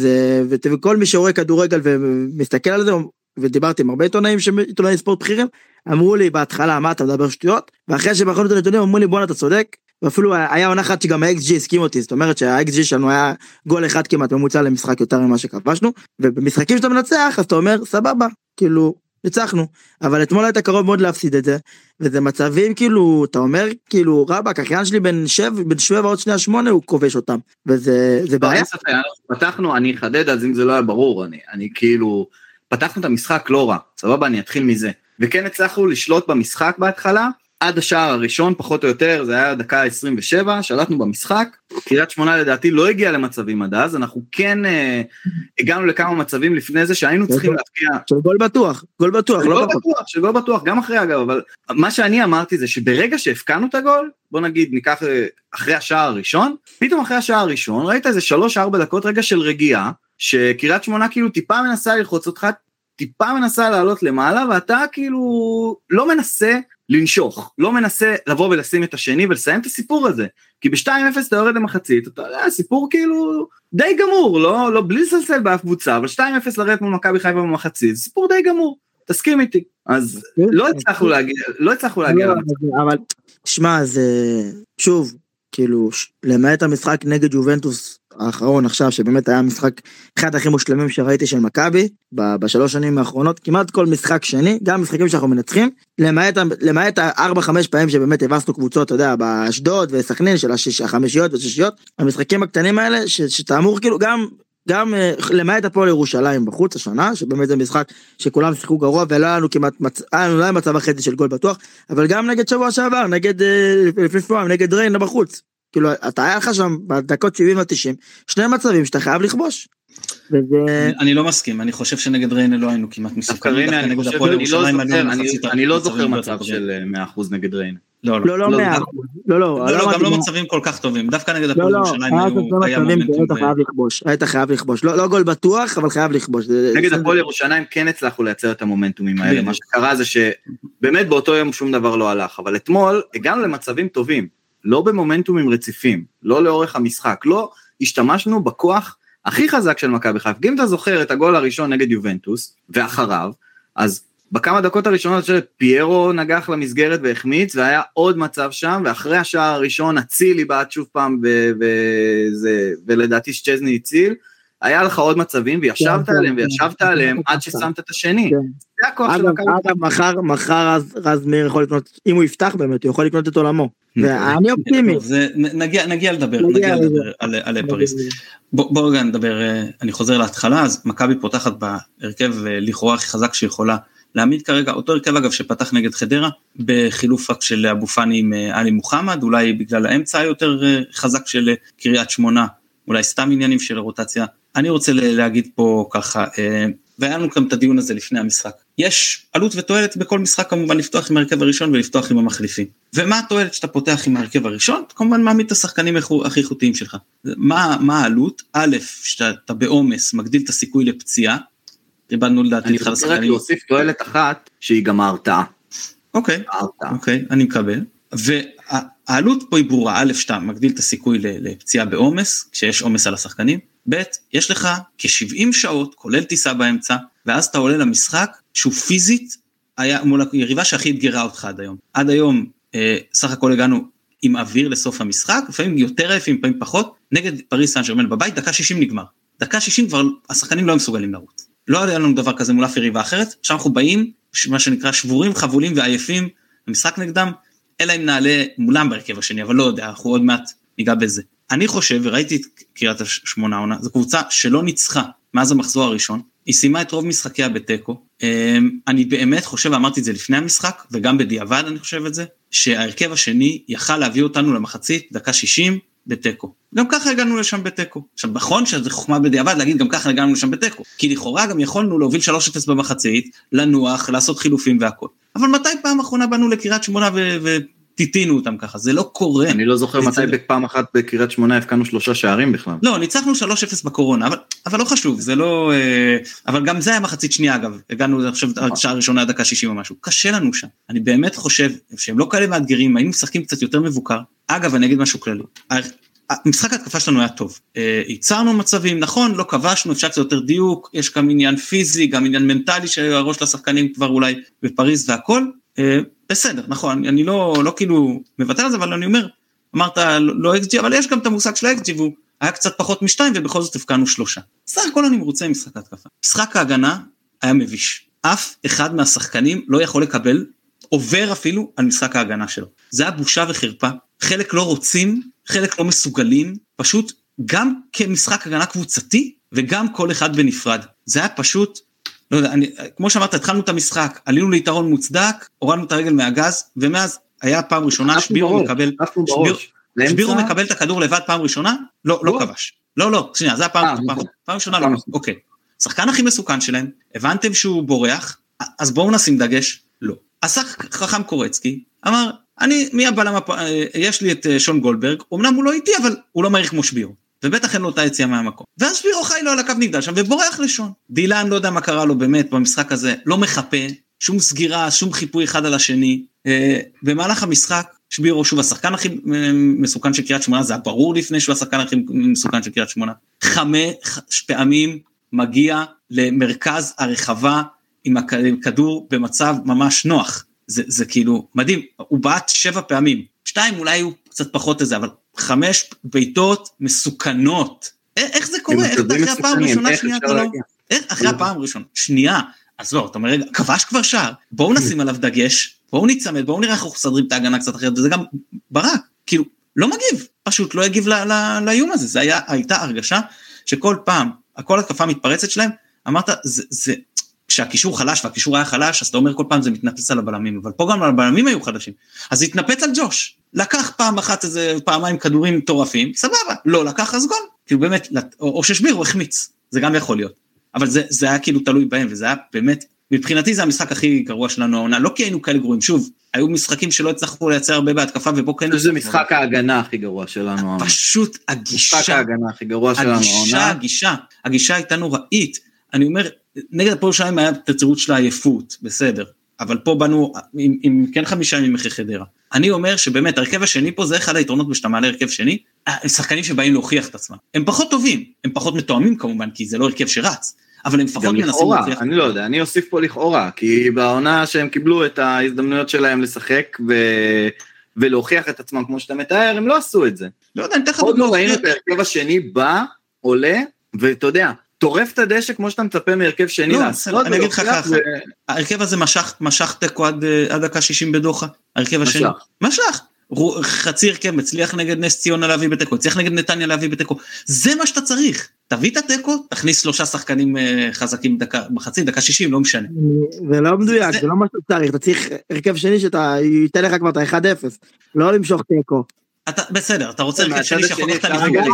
S2: וכל מי שרואה כדורגל ומסתכל על זה, ודיברתי עם הרבה עיתונאים ספורט בכירים, אמרו לי בהתחלה, מה אתה מדבר שטויות, ואחרי שבחנו את הנתונים, אמרו לי, בוא אתה צודק, ואפילו היה עונה אחת שגם ה-XG הסכים אותי, זאת אומרת שה-XG שלנו היה גול אחד כמעט ממוצע למשחק יותר ממה שכבשנו, ובמשחקים שאתה מנצח, אז אתה אומר, סבבה, כאילו, ניצחנו, אבל אתמול היית קרוב מאוד להפסיד את זה, וזה מצבים כאילו, אתה אומר, כאילו, רבק, אחיין שלי בין 7 ועוד 8, הוא כובש אותם, וזה בעיה.
S3: פתחנו, אני אחדד אז אם זה לא היה ברור, אני כאילו, פתחנו את המשחק לא רע, סבבה, אני אתחיל מזה, וכן הצלחנו לשלוט במשחק בהתחלה, עד השער הראשון, פחות או יותר, זה היה דקה 27, שלטנו במשחק, קריית שמונה לדעתי לא הגיעה למצבים עד אז, אנחנו כן הגענו לכמה מצבים לפני זה, שהיינו צריכים להפקיע...
S2: של גול בטוח,
S3: של גול בטוח, גם אחרי אגב, אבל מה שאני אמרתי זה שברגע שהפקענו את הגול, בוא נגיד ניקח אחרי השער הראשון, פתאום אחרי השער הראשון, ראית איזה 3-4 דקות רגע של רגיעה, שקריית שמונה כאילו טיפה מנסה ללחוץ אותך, טיפה מנסה לעלות למעלה, ואתה כאילו לא מנסה לנשוך, לא מנסה לבוא ולשים את השני ולסיים את הסיפור הזה, כי ב-2-0 אתה יורד למחצית, אתה יודע, הסיפור כאילו די גמור, לא בלי לסלסל באף קבוצה, אבל 2-0 לרדת מול מכבי חיפה במחצית, זה סיפור די גמור, תסכים איתי, אז לא הצלחנו להגיע למצב.
S2: אבל, שמע, זה שוב, כאילו, למעט המשחק נגד יובנטוס האחרון עכשיו, שבאמת היה משחק אחד הכי מושלמים שראיתי של מכבי, בשלוש שנים האחרונות, כמעט כל משחק שני, גם משחקים שאנחנו מנצחים, למעט 4-5 פעמים שבאמת הבסנו קבוצות, אתה יודע, באשדוד וסכנין של החמישיות והשישיות, המשחקים הקטנים האלה, שאתה אמור כאילו גם למעט הפועל ירושלים בחוץ השנה, שבאמת זה משחק שכולם שיחקו גרוע, ולא היה לנו כמעט, היה לנו מצב אחרי של גול בטוח, אבל גם נגד שבוע שעבר, לפני שבועיים, נגד ריינה בחוץ, כאילו, אתה היה לך שם בדקות 70-90, שני מצבים שאתה חייב לכבוש.
S1: אני לא מסכים, אני חושב שנגד ריינה לא היינו כמעט מסוכנים.
S3: אני לא זוכר מצב של 100% נגד ריינה.
S2: לא,
S1: גם לא מצבים כל כך טובים, דווקא נגד הפועל ירושלים היה מומנטום.
S2: היית חייב לכבוש, לא גול בטוח, אבל חייב לכבוש.
S3: נגד הפועל ירושלים כן הצלחנו לייצר את המומנטומים האלה, מה שקרה זה שבאמת באותו יום שום דבר לא הלך, אבל אתמול הגענו למצבים טובים, לא במומנטומים רציפים, לא לאורך המשחק, לא השתמשנו בכוח הכי חזק של מכבי חיפה. אם אתה זוכר את הגול הראשון נגד יובנטוס, ואחריו, אז בכמה דקות הראשונות של פיירו נגח למסגרת והחמיץ, והיה עוד מצב שם, ואחרי השער הראשון הצילי בעד שוב פעם, ולדעתי שצ'זני הציל, היה לך עוד מצבים, וישבת עליהם עד ששמת את השני. זה הכוח של מכבי חיפה.
S2: מחר רז מאיר יכול לקנות, אם הוא יפתח באמת, הוא יכול לקנות את עולמו. ואני אופטימי.
S1: נגיע לדבר על פריז. בואו רגע נדבר, אני חוזר להתחלה, אז מכבי פותחת בהרכב לכאורה הכי חזק שיכולה להעמיד כרגע, אותו הרכב אגב שפתח נגד חדרה, בחילוף רק של אבו פאני עם עלי מוחמד, אולי בגלל האמצע היותר חזק של קריית שמונה, אולי סתם עניינים של רוטציה. אני רוצה להגיד פה ככה, והיה לנו גם את הדיון הזה לפני המשחק. יש עלות ותועלת בכל משחק, כמובן לפתוח עם הרכב הראשון ולפתוח עם המחליפים. ומה התועלת שאתה פותח עם הרכב הראשון? כמובן מעמיד את השחקנים הכי איכותיים שלך. מה העלות? א', שאתה בעומס, מגדיל את הסיכוי לפציעה, איבדנו לדעתי
S3: אני חושב רק להוסיף תועלת אחת, שהיא גם ההרתעה.
S1: אוקיי, אני מקבל. והעלות פה היא ברורה, א', שאתה מגדיל את הסיכוי לפציעה בעומס, כשיש עומס על השחקנים, ב', יש לך כ-70 שעות, כולל טיסה באמצע, ואז אתה עולה למשחק, שהוא פיזית, היה מול היריבה שהכי התגרה אותך עד היום. עד היום, סך הכל הגענו עם אוויר לסוף המשחק, לפעמים יותר לפעמים פחות, נגד פריז סן ז'רמן בבית, דקה 60 נגמר. דקה 60 כבר השחקנים לא מסוגלים לרוץ. לא היה לנו דבר כזה מול אף יריבה אחרת, עכשיו אנחנו באים, מה שנקרא שבורים, חבולים ועייפים, המשחק נגדם, אלא אם נעלה מולם בהרכב השני, אבל לא יודע, אנחנו עוד מעט ניגע בזה. אני חושב, וראיתי את קריית השמונה עונה, זו קבוצה שלא ניצחה מאז המחזור הראשון, היא סיימה את רוב משחקיה בטקו, אני באמת חושב, ואמרתי את זה לפני המשחק, וגם בדיעבד אני חושב את זה, שההרכב השני יכל להביא אותנו למחצית, דקה 60 בטקו. גם ככה הגענו לשם בטקו. עכשיו, נכון שזה חוכמה בדיעבד להגיד, גם ככה הגענו לשם בטקו, כי לכאורה גם יכולנו להוביל 3-0 במחצית, לנוח, לעשות חילופים והכל. אבל מתי פעם אחרונה באנו לקריית שמונה טיטינו אותם ככה, זה לא קורה.
S3: אני לא זוכר מתי בפעם אחת בקריית שמונה הפקענו 3 שערים בכלל.
S1: לא, ניצחנו 3-0 בקורונה, אבל לא חשוב, זה לא, אבל גם זה היה מחצית שנייה אגב, הגענו, אני חושב, שעה ראשונה דקה 60 או משהו, קשה לנו שם. אני באמת חושב שהם לא כאלה מאתגרים, היינו משחקים קצת יותר מבוקר. אגב, אני אגיד משהו כללי. המשחק ההתקפה שלנו היה טוב. ייצרנו מצבים, נכון, לא כבשנו, אפשר קצת יותר דיוק, יש גם עניין פיזי, גם עניין מנטלי, שהראש לשחקנים כבר אולי בפריז והכל. בסדר, נכון, אני לא כאילו מבטל על זה, אבל אני אומר, אמרת לא XG, אבל יש גם את המושג של ה-XG, והוא היה קצת פחות מ2, ובכל זאת הפקענו 3. סך הכל אני מרוצה עם משחק ההתקפה. משחק ההגנה היה מביש. אף אחד מהשחקנים לא יכול לקבל, עובר אפילו על משחק ההגנה שלו. זה היה בושה וחרפה, חלק לא רוצים, חלק לא מסוגלים, פשוט גם כמשחק הגנה קבוצתי, וגם כל אחד בנפרד. זה היה פשוט, לא יודע, כמו שאמרת, התחלנו את המשחק, עלינו ליתרון מוצדק, הורדנו את הרגל מהגז, ומאז היה פעם ראשונה, שבירו מקבל את הכדור לבד פעם ראשונה, לא כבש. לא, שנייה, זה היה פעם ראשונה, לא, אוקיי. שחקן הכי מסוכן שלהם, הבנתם שהוא בורח, אז בואו נשים דגש, לא. השחק חכם קורצקי, אמר, יש לי את שון גולדברג, אמנם הוא לא איתי, אבל הוא לא מהיר כמו שבירו. ובטח אין לו אותה יציאה מהמקום. ואז שבירו חי לו על הקו נגדל שם, ובורח לשון. דילן לא יודע מה קרה לו באמת במשחק הזה, לא מחפה, שום סגירה, שום חיפוי אחד על השני. במהלך המשחק, שבירו שוב השחקן הכי מסוכן של קריית שמונה, זה היה ברור לפני שהוא השחקן הכי מסוכן של קריית שמונה. 5 פעמים מגיע למרכז הרחבה עם הכדור במצב ממש נוח. זה כאילו מדהים, הוא בעט 7 פעמים, 2 אולי הוא קצת פחות איזה, אבל 5 ביתות מסוכנות. איך זה קורה? איך אחרי הפעם ראשונה שנייה אתה לא? איך אחרי הפעם ראשונה שנייה? אז לא, אתה אומר רגע, כבש כבר שער, בואו נשים עליו דגש, בואו נצמד, בואו נראה איך אנחנו סדרים את ההגנה קצת אחרת, וזה גם ברק, כאילו, לא מגיב, פשוט לא יגיב לאיום הזה, זה הייתה הרגשה שכל פעם, הכל התקפה מתפרצת שלהם, אמרת, זה כשהקישור חלש, והקישור היה חלש, אז אתה אומר כל פעם זה מתנפץ על הבלמים, אבל פה גם הבלמים היו חדשים, אז זה התנפץ על ג'וש, לקח פעם אחת איזה פעמיים כדורים מטורפים, סבבה, לא לקח אז גול, כאילו באמת, או ששביר הוא החמיץ, זה גם יכול להיות, אבל זה היה כאילו תלוי בהם, וזה היה באמת, מבחינתי זה המשחק הכי גרוע שלנו העונה, לא כי היינו כאלה גרועים, שוב, היו משחקים שלא הצלחו לייצר הרבה בהתקפה, ובו כן...
S3: זה משחק ההגנה הכי גרוע שלנו העונה.
S1: פשוט הגישה...
S3: משחק ההגנה הכי גרוע שלנו העונה.
S1: הגישה הייתה נוראית, אני אומר, נגד הפועל ירושלים היה תצרות של העייפות, בסדר, אבל פה באנו עם כן 5 ימים אחרי חדרה. אני אומר שבאמת, הרכב השני פה זה אחד היתרונות בשאתה מעלה הרכב שני, שחקנים שבאים להוכיח את עצמם. הם פחות טובים, הם פחות מתואמים כמובן, כי זה לא הרכב שרץ, אבל הם לפחות מנסים להוכיח.
S3: אני לא יודע, אני אוסיף פה לכאורה, כי בעונה שהם קיבלו את ההזדמנויות שלהם לשחק ולהוכיח את עצמם כמו שאתה מתאר, הם לא עשו את זה.
S1: לא יודע, אני תכף...
S3: עוד לא ראינו את ההרכב השני בא, עולה, ואתה יודע, טורף את הדשא כמו שאתה מצפה מהרכב שני לעשות.
S1: אני אגיד לך ככה, ההרכב הזה משך תקו עד דקה 60 בדוחה, ההרכב השני. משך. חצי הרכב מצליח נגד נס ציונה להביא בתקו, הצליח נגד נתניה להביא בתקו, זה מה שאתה צריך. תביא את התקו, תכניס 3 שחקנים חזקים בחצי, דקה 60, לא משנה.
S2: זה לא מדויק, זה לא מה שאתה צריך, אתה צריך הרכב שני שאתה ייתן לך כבר את ה-1-0, לא למשוך תקו.
S1: בסדר, אתה רוצה הרכב שני שיכול לך את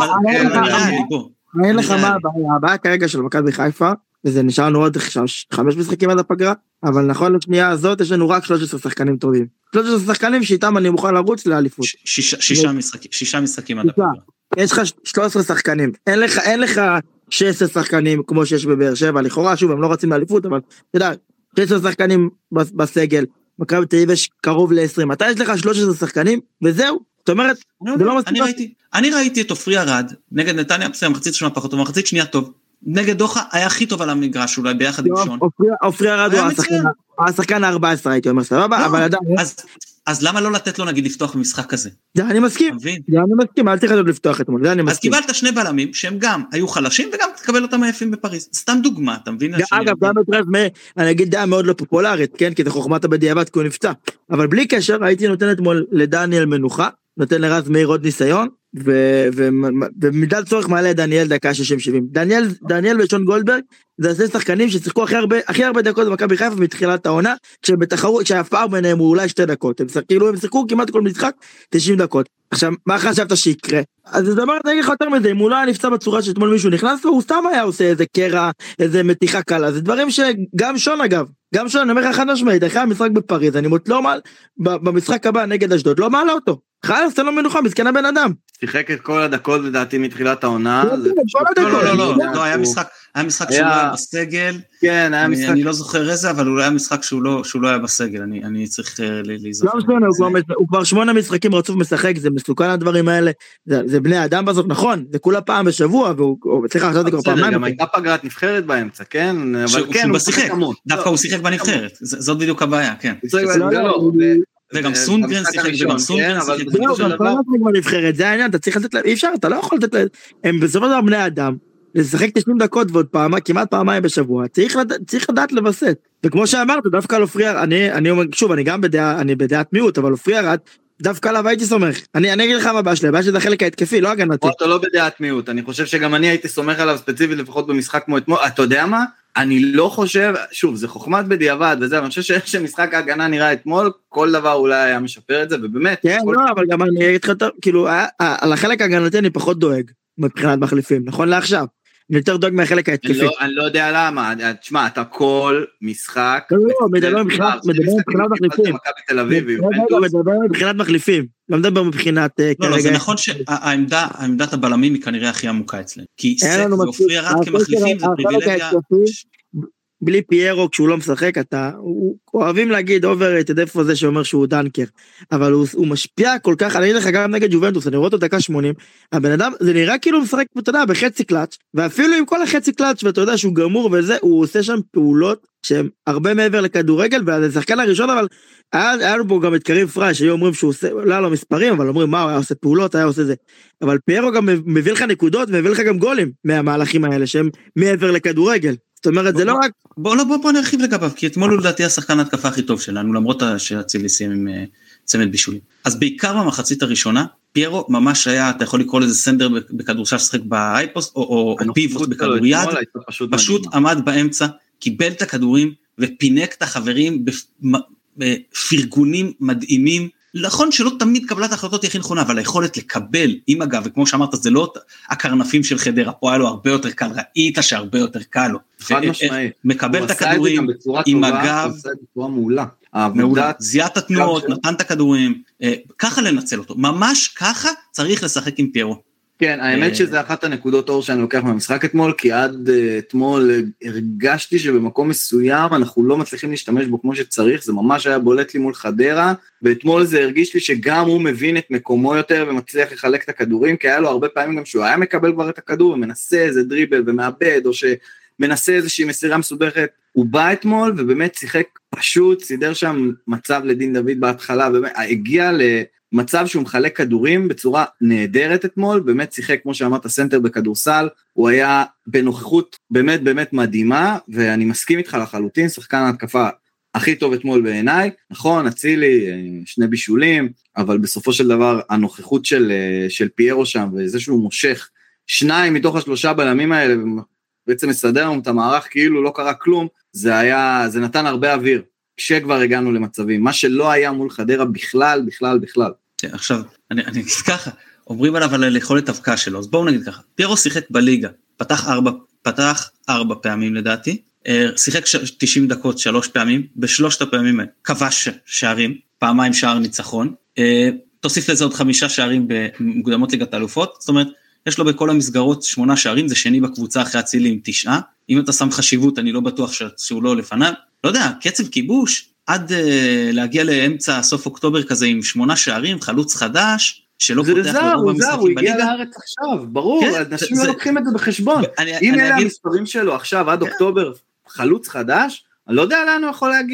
S2: אין לך מה הבעיה כרגע של מכבי חיפה, וזה נשאר לנו עוד 5 משחקים עד הפגרה, אבל נכון לשנייה הזאת יש לנו רק 13 שחקנים טובים. 13 שחקנים שאיתם אני מוכן לרוץ לאליפות.
S1: 6 משחקים עד הפגרה.
S2: יש לך 13 שחקנים, אין לך 16 שחקנים כמו שיש בבאר שבע, לכאורה שוב הם לא רצים לאליפות, אבל אתה יודע, 16 שחקנים בסגל, מכבי תל אביב יש קרוב ל-20, אתה יש לך 13 שחקנים, וזהו, זאת אומרת, זה לא מספיק.
S1: אני ראיתי את אופרי ארד, נגד נתניה, מחצית שונה פחות טוב, מחצית שנייה טוב, נגד דוחה היה הכי טוב על המגרש, אולי ביחד עם שון.
S2: אופרי ארד הוא השחקן ה-14, הייתי אומר סבבה, אבל עדיין...
S1: אז למה לא לתת לו נגיד לפתוח במשחק כזה?
S2: זה אני מסכים, אל תחדו לפתוח אתמול, זה אני מסכים.
S1: אז קיבלת שני בלמים שהם גם היו חלשים וגם תקבל אותם היפים בפריז, סתם דוגמה, אתה מבין?
S2: אגב, גם את רז מאיר, אני אגיד דעה מאוד לא פופולרית, כן, כי זה חוכמת הבדיעבד כי הוא נפצע, אבל בלי קשר הייתי נותן אתמול לדניאל מנוחה, נותן לרז מאיר עוד ניסיון, ומידת צורך מעלה דניאל דקה 60-70. דניאל ושון גולדברג, זה עושה שחקנים ששיחקו הכי הרבה דקות במכבי חיפה מתחילת העונה, כשהפער ביניהם הוא אולי 2 דקות, הם שיחקו כמעט כל משחק 90 דקות. עכשיו, מה חשבת שיקרה? אז זה דבר, אני אגיד לך יותר מזה, אם הוא לא היה נפצע בצורה שאתמול מישהו נכנס לו, הוא סתם היה עושה איזה קרע, איזה מתיחה קלה, זה דברים שגם שון אגב, גם שון, אני אומר לך חד משמעית, אחרי המשחק בפריז, אני לא מעל, במשחק הבא נגד אשדוד, לא מעלה אותו. חייב, תן לו מנוחה, מסכן הבן אדם.
S3: שיחק את כל הדקות לדעתי מתחילת העונה.
S1: לא, היה משחק שהוא לא היה בסגל.
S3: כן, היה משחק.
S1: אני לא זוכר איזה, אבל הוא היה משחק שהוא לא היה בסגל, אני צריך להיזכר.
S2: הוא כבר 8 משחקים רצוף משחק, זה מסוכן הדברים האלה, זה בני אדם בזאת, נכון, זה כולה פעם בשבוע, וצריך עכשיו זה כבר פעמיים.
S3: גם הייתה פגרת נבחרת באמצע, כן? אבל כן,
S1: הוא שיחק, דווקא הוא שיחק בנבחרת, זאת בדיוק הבעיה, כן. וגם סונגרן שיחק, וגם סונגרן שיחק.
S2: זה העניין, אתה צריך לתת להם, אי אפשר, אתה לא יכול לתת להם, הם בסופו של דבר בני אדם, לשחק 90 דקות ועוד כמעט פעמיים בשבוע, צריך לדעת לבסט, וכמו שאמרת, דווקא על אופרי, אני אומר, שוב, אני גם בדעת מיעוט, אבל אופרי ירד, דווקא עליו הייתי סומך, אני אגיד לך מה הבעיה שלי, הבעיה שזה החלק ההתקפי, לא הגנתי.
S3: אתה לא בדעת מיעוט, אני חושב שגם אני הייתי סומך עליו ספציפית לפחות במשחק כמו אתמול, אתה יודע מה? אני לא חושב, שוב, זה חוכמת בדיעבד וזה, אבל אני חושב שמשחק ההגנה נראה אתמול, כל דבר אולי היה משפר את זה, ובאמת.
S2: כן, לא, אבל גם אני אגיד לך, כאילו, על החלק ההגנתי אני פחות דואג, מבחינת מחליפים, נכון לעכשיו. אני יותר דואג מהחלק ההתקפי.
S3: אני לא יודע למה, תשמע, אתה כל משחק...
S2: לא, מדבר מבחינת מחליפים. מדבר מבחינת מחליפים, לא מדבר מבחינת...
S1: לא, זה נכון שהעמדת הבלמים היא כנראה הכי עמוקה אצלנו, כי סק ואופרי ירד כמחליפים זה פריבילגיה...
S2: בלי פיירו כשהוא לא משחק, אוהבים להגיד overrated איפה זה שאומר שהוא דנקר, אבל הוא משפיע כל כך, אני אגיד לך גם נגד יובנטוס, אני רואה אותו דקה 80, הבן אדם, זה נראה כאילו הוא משחק, אתה יודע, בחצי קלאץ', ואפילו עם כל החצי קלאץ', ואתה יודע שהוא גמור וזה, הוא עושה שם פעולות, שהן הרבה מעבר לכדורגל, וזה שחקן הראשון, אבל היה לו פה גם את קרים פריי, שהיו אומרים שהוא עושה, לא היה לו מספרים, אבל אומרים, מה, הוא היה עושה פעולות, היה עושה זה, אבל פיירו גם מביא לך נקודות, ומביא לך גם גולים, מהמהלכים האלה, שהם מעבר לכדורגל. זאת אומרת, זה לא רק...
S1: בוא נרחיב לגביו, כי אתמול הוא לדעתי השחקן ההתקפה הכי טוב שלנו, למרות שהצילי סיים עם צמד בישולים. אז בעיקר במחצית הראשונה, פיירו ממש היה, אתה יכול לקרוא לזה סנדר בכדורסל ששחק באייפוסט, או פיבוט בכדוריד, פשוט עמד באמצע, קיבל את הכדורים, ופינק את החברים בפרגונים מדהימים, נכון שלא תמיד קבלת ההחלטות היא הכי נכונה, אבל היכולת לקבל עם הגב, וכמו שאמרת, זה לא הקרנפים של חדרה, פה היה לו הרבה יותר קל, ראית שהרבה יותר קל לו.
S3: חד משמעית.
S1: מקבל את הכדורים עם הגב.
S3: הוא עושה את זה בצורה מעולה.
S1: זיית התנועות, נתן את הכדורים, ככה לנצל אותו. ממש ככה צריך לשחק עם פיירו.
S3: כן, האמת שזה אחת הנקודות אור שאני לוקח מהמשחק אתמול, כי עד אתמול הרגשתי שבמקום מסוים אנחנו לא מצליחים להשתמש בו כמו שצריך, זה ממש היה בולט לי מול חדרה, ואתמול זה הרגיש לי שגם הוא מבין את מקומו יותר ומצליח לחלק את הכדורים, כי היה לו הרבה פעמים גם שהוא היה מקבל כבר את הכדור ומנסה איזה דריבל ומאבד, או שמנסה איזושהי מסירה מסובכת, הוא בא אתמול ובאמת שיחק פשוט, סידר שם מצב לדין דוד בהתחלה, באמת הגיע מצב שהוא מחלק כדורים בצורה נהדרת אתמול, באמת שיחק כמו שאמרת סנטר בכדורסל, הוא היה בנוכחות באמת באמת מדהימה, ואני מסכים איתך לחלוטין, שחקן ההתקפה הכי טוב אתמול בעיניי, נכון, אצילי, 2 בישולים, אבל בסופו של דבר הנוכחות של פיירו שם, וזה שהוא מושך 2 מתוך 3 בלמים האלה, בעצם מסדר לנו את המערך כאילו לא קרה כלום, זה נתן הרבה אוויר, כשכבר הגענו למצבים, מה שלא היה מול חדרה בכלל.
S1: עכשיו, אני אגיד ככה, אומרים עליו על יכולת אבקה שלו, אז בואו נגיד ככה, פיירו שיחק בליגה, פתח 4 פעמים לדעתי, שיחק 90 דקות 3 פעמים, בשלושת הפעמים האלה, כבש שערים, פעמיים שער ניצחון, תוסיף לזה עוד 5 שערים במוקדמות ליגת האלופות, זאת אומרת, יש לו בכל המסגרות 8 שערים, זה שני בקבוצה אחרי אצילי עם 9, אם אתה שם חשיבות, אני לא בטוח שהוא לא לפניו, לא יודע, קצב כיבוש, עד להגיע לאמצע סוף אוקטובר כזה עם 8 שערים, חלוץ חדש, שלא פותח לרוב המשחקים בליגה.
S3: הוא הגיע לארץ עכשיו, ברור, אנשים לא לוקחים את זה בחשבון. אם אלה המספרים שלו עכשיו עד אוקטובר, חלוץ חדש, אני לא יודע לאן הוא יכול להגיע.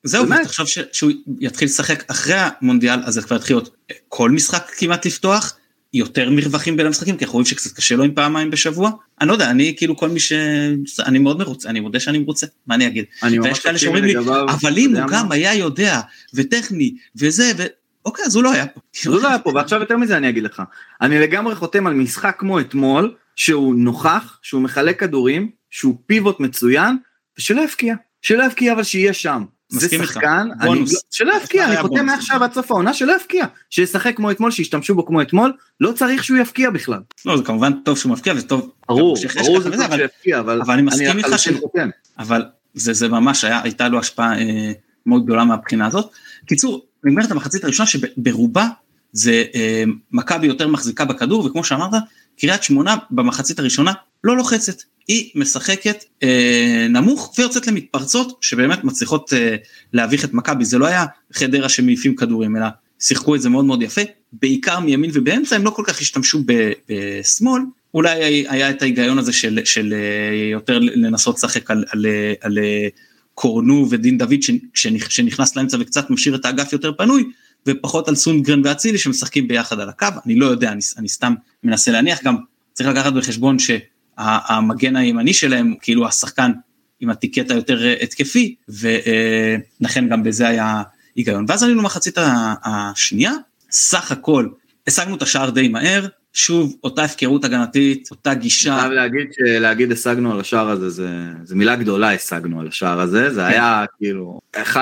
S1: זהו, ותחשוב שהוא יתחיל לשחק אחרי המונדיאל, אז זה כבר יתחיל להיות כל משחק כמעט לפתוח, יותר מרווחים בין המשחקים, כי אנחנו רואים שקצת קשה לו עם פעמיים בשבוע. אני לא יודע, אני כאילו כל מי אני מאוד מרוצה, אני מודה שאני מרוצה, מה אני אגיד? ויש כאלה שאומרים לי, אבל אם הוא גם היה יודע, וטכני, וזה, אוקיי, אז הוא לא היה פה.
S3: הוא לא היה פה, ועכשיו יותר מזה אני אגיד לך. אני לגמרי חותם על משחק כמו אתמול, שהוא נוכח, שהוא מחלק כדורים, שהוא פיבוט מצוין, ושלא יפקיע. שלא יפקיע, אבל שיהיה שם. זה שחקן, שלא יפקיע, אני חותם מעכשיו עד סוף העונה, שלא יפקיע. שישחק כמו אתמול, שישתמשו בו כמו אתמול, לא צריך שהוא יפקיע בכלל.
S1: לא, זה כמובן טוב שהוא מפקיע, זה טוב.
S3: ברור זה טוב שהוא יפקיע, אבל
S1: אני מסכים איתך אבל זה ממש, הייתה לו השפעה מאוד גדולה מהבחינה הזאת. קיצור, נגמרת המחצית הראשונה שברובה זה מכבי יותר מחזיקה בכדור, וכמו שאמרת, קריית שמונה במחצית הראשונה לא לוחצת, היא משחקת נמוך ויוצאת למתפרצות שבאמת מצליחות להביך את מכבי, זה לא היה חדרה שמעיפים כדורים, אלא שיחקו את זה מאוד מאוד יפה, בעיקר מימין ובאמצע, הם לא כל כך השתמשו בשמאל, אולי היה את ההיגיון הזה של יותר לנסות לשחק על קורנו ודין דוד שנכנס לאמצע וקצת משאיר את האגף יותר פנוי, ופחות על סונגרן ואצילי שמשחקים ביחד על הקו, אני לא יודע, אני סתם מנסה להניח, גם צריך לקחת בחשבון שהמגן הימני שלהם, כאילו השחקן עם הטיקט היותר התקפי, ולכן גם בזה היה היגיון. ואז עלינו מחצית השנייה, סך הכל, השגנו את השער די מהר, שוב, אותה הפקרות הגנתית, אותה גישה.
S3: להגיד השגנו על השער הזה, זה מילה גדולה השגנו על השער הזה, זה היה כאילו,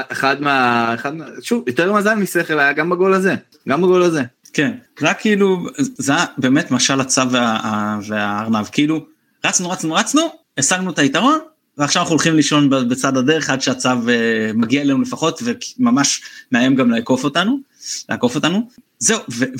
S3: שוב, יותר מזל משכל היה גם בגול הזה.
S1: כן, רק כאילו, זה היה באמת משל הצו והארנב, כאילו, רצנו, השגנו את היתרון, ועכשיו אנחנו הולכים לישון בצד הדרך, עד שהצו מגיע אלינו לפחות, וממש מאיים גם לעקוף אותנו, זהו,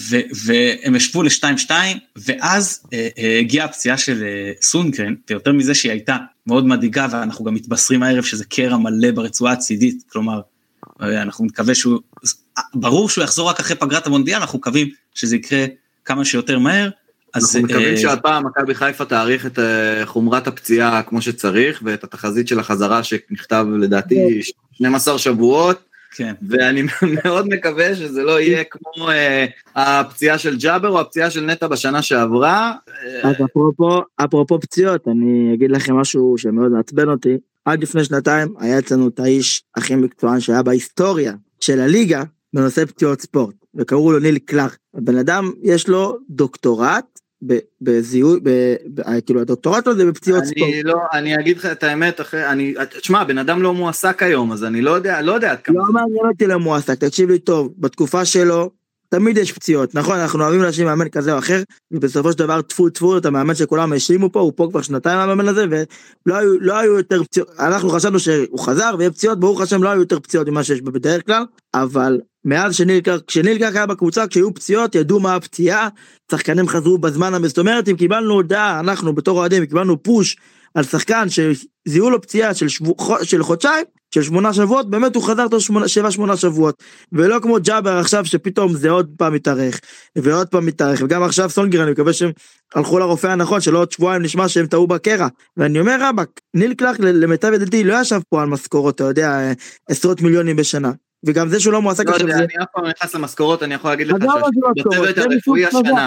S1: והם ישבו ל-2-2, ואז הגיעה הפציעה של סונגרן, ויותר מזה שהיא הייתה מאוד מדאיגה, ואנחנו גם מתבשרים הערב שזה קרע מלא ברצועה הצידית, כלומר, אנחנו מקווה ברור שהוא יחזור רק אחרי פגרת המונדיאל, אנחנו מקווים שזה יקרה כמה שיותר מהר,
S3: אנחנו מקווים שהפעם מכבי חיפה תאריך את חומרת הפציעה כמו שצריך, ואת התחזית של החזרה שנכתב לדעתי 12 שבועות, ואני מאוד מקווה שזה לא יהיה כמו הפציעה של ג'אבר או הפציעה של נטה בשנה שעברה.
S2: אז אפרופו פציעות, אני אגיד לכם משהו שמאוד מעצבן אותי, עד לפני שנתיים היה אצלנו את האיש הכי מקצוען שהיה בהיסטוריה של הליגה בנושא פציעות ספורט, וקראו לו ניל קלארק. הבן אדם יש לו דוקטורט בזיהוי, כאילו הדוקטורט הזה בפציעות ספורט.
S3: אני אגיד לך את האמת, תשמע, בן אדם לא מועסק היום, אז אני לא יודע כמה.
S2: לא מעניין אותי לא מועסק, תקשיב לי טוב, בתקופה שלו, תמיד יש פציעות, נכון, אנחנו אוהבים להשאיר מאמן כזה או אחר, ובסופו של דבר טפו, את המאמן שכולם השלימו פה, הוא פה כבר שנתיים המאמן הזה, ולא היו יותר פציעות, אנחנו חשבנו שהוא חזר, ויהיה פציעות, ברוך השם לא היו יותר פציעות ממה שיש בדרך כלל, אבל מאז כשניל קלארק היה בקבוצה, כשהיו פציעות, ידעו מה הפציעה, שחקנים חזרו בזמן המסוים, זאת אומרת, אם קיבלנו הודעה, אנחנו בתור אוהדים, קיבלנו פוש על שחקן שזיהו לו פציעה של חודשיים, של 8 שבועות, באמת הוא חזר תוך 7-8 שבועות, ולא כמו ג'אבר עכשיו שפתאום זה עוד פעם מתארך, וגם עכשיו סונגרן, אני מקווה שהם הלכו לרופא הנכון, שלא עוד שבועיים נשמע שהם טעו בקרע, ואני אומר רבק, ניל קלארק למיטב ידיעתי לא ישב פה על משכורות, אתה יודע, עשרות מיליונים בשנה, וגם זה שהוא לא מועסק עכשיו זה...
S3: אני אף פעם נכנס למשכורות, אני יכול להגיד לך שבצוות הרפואי השנה,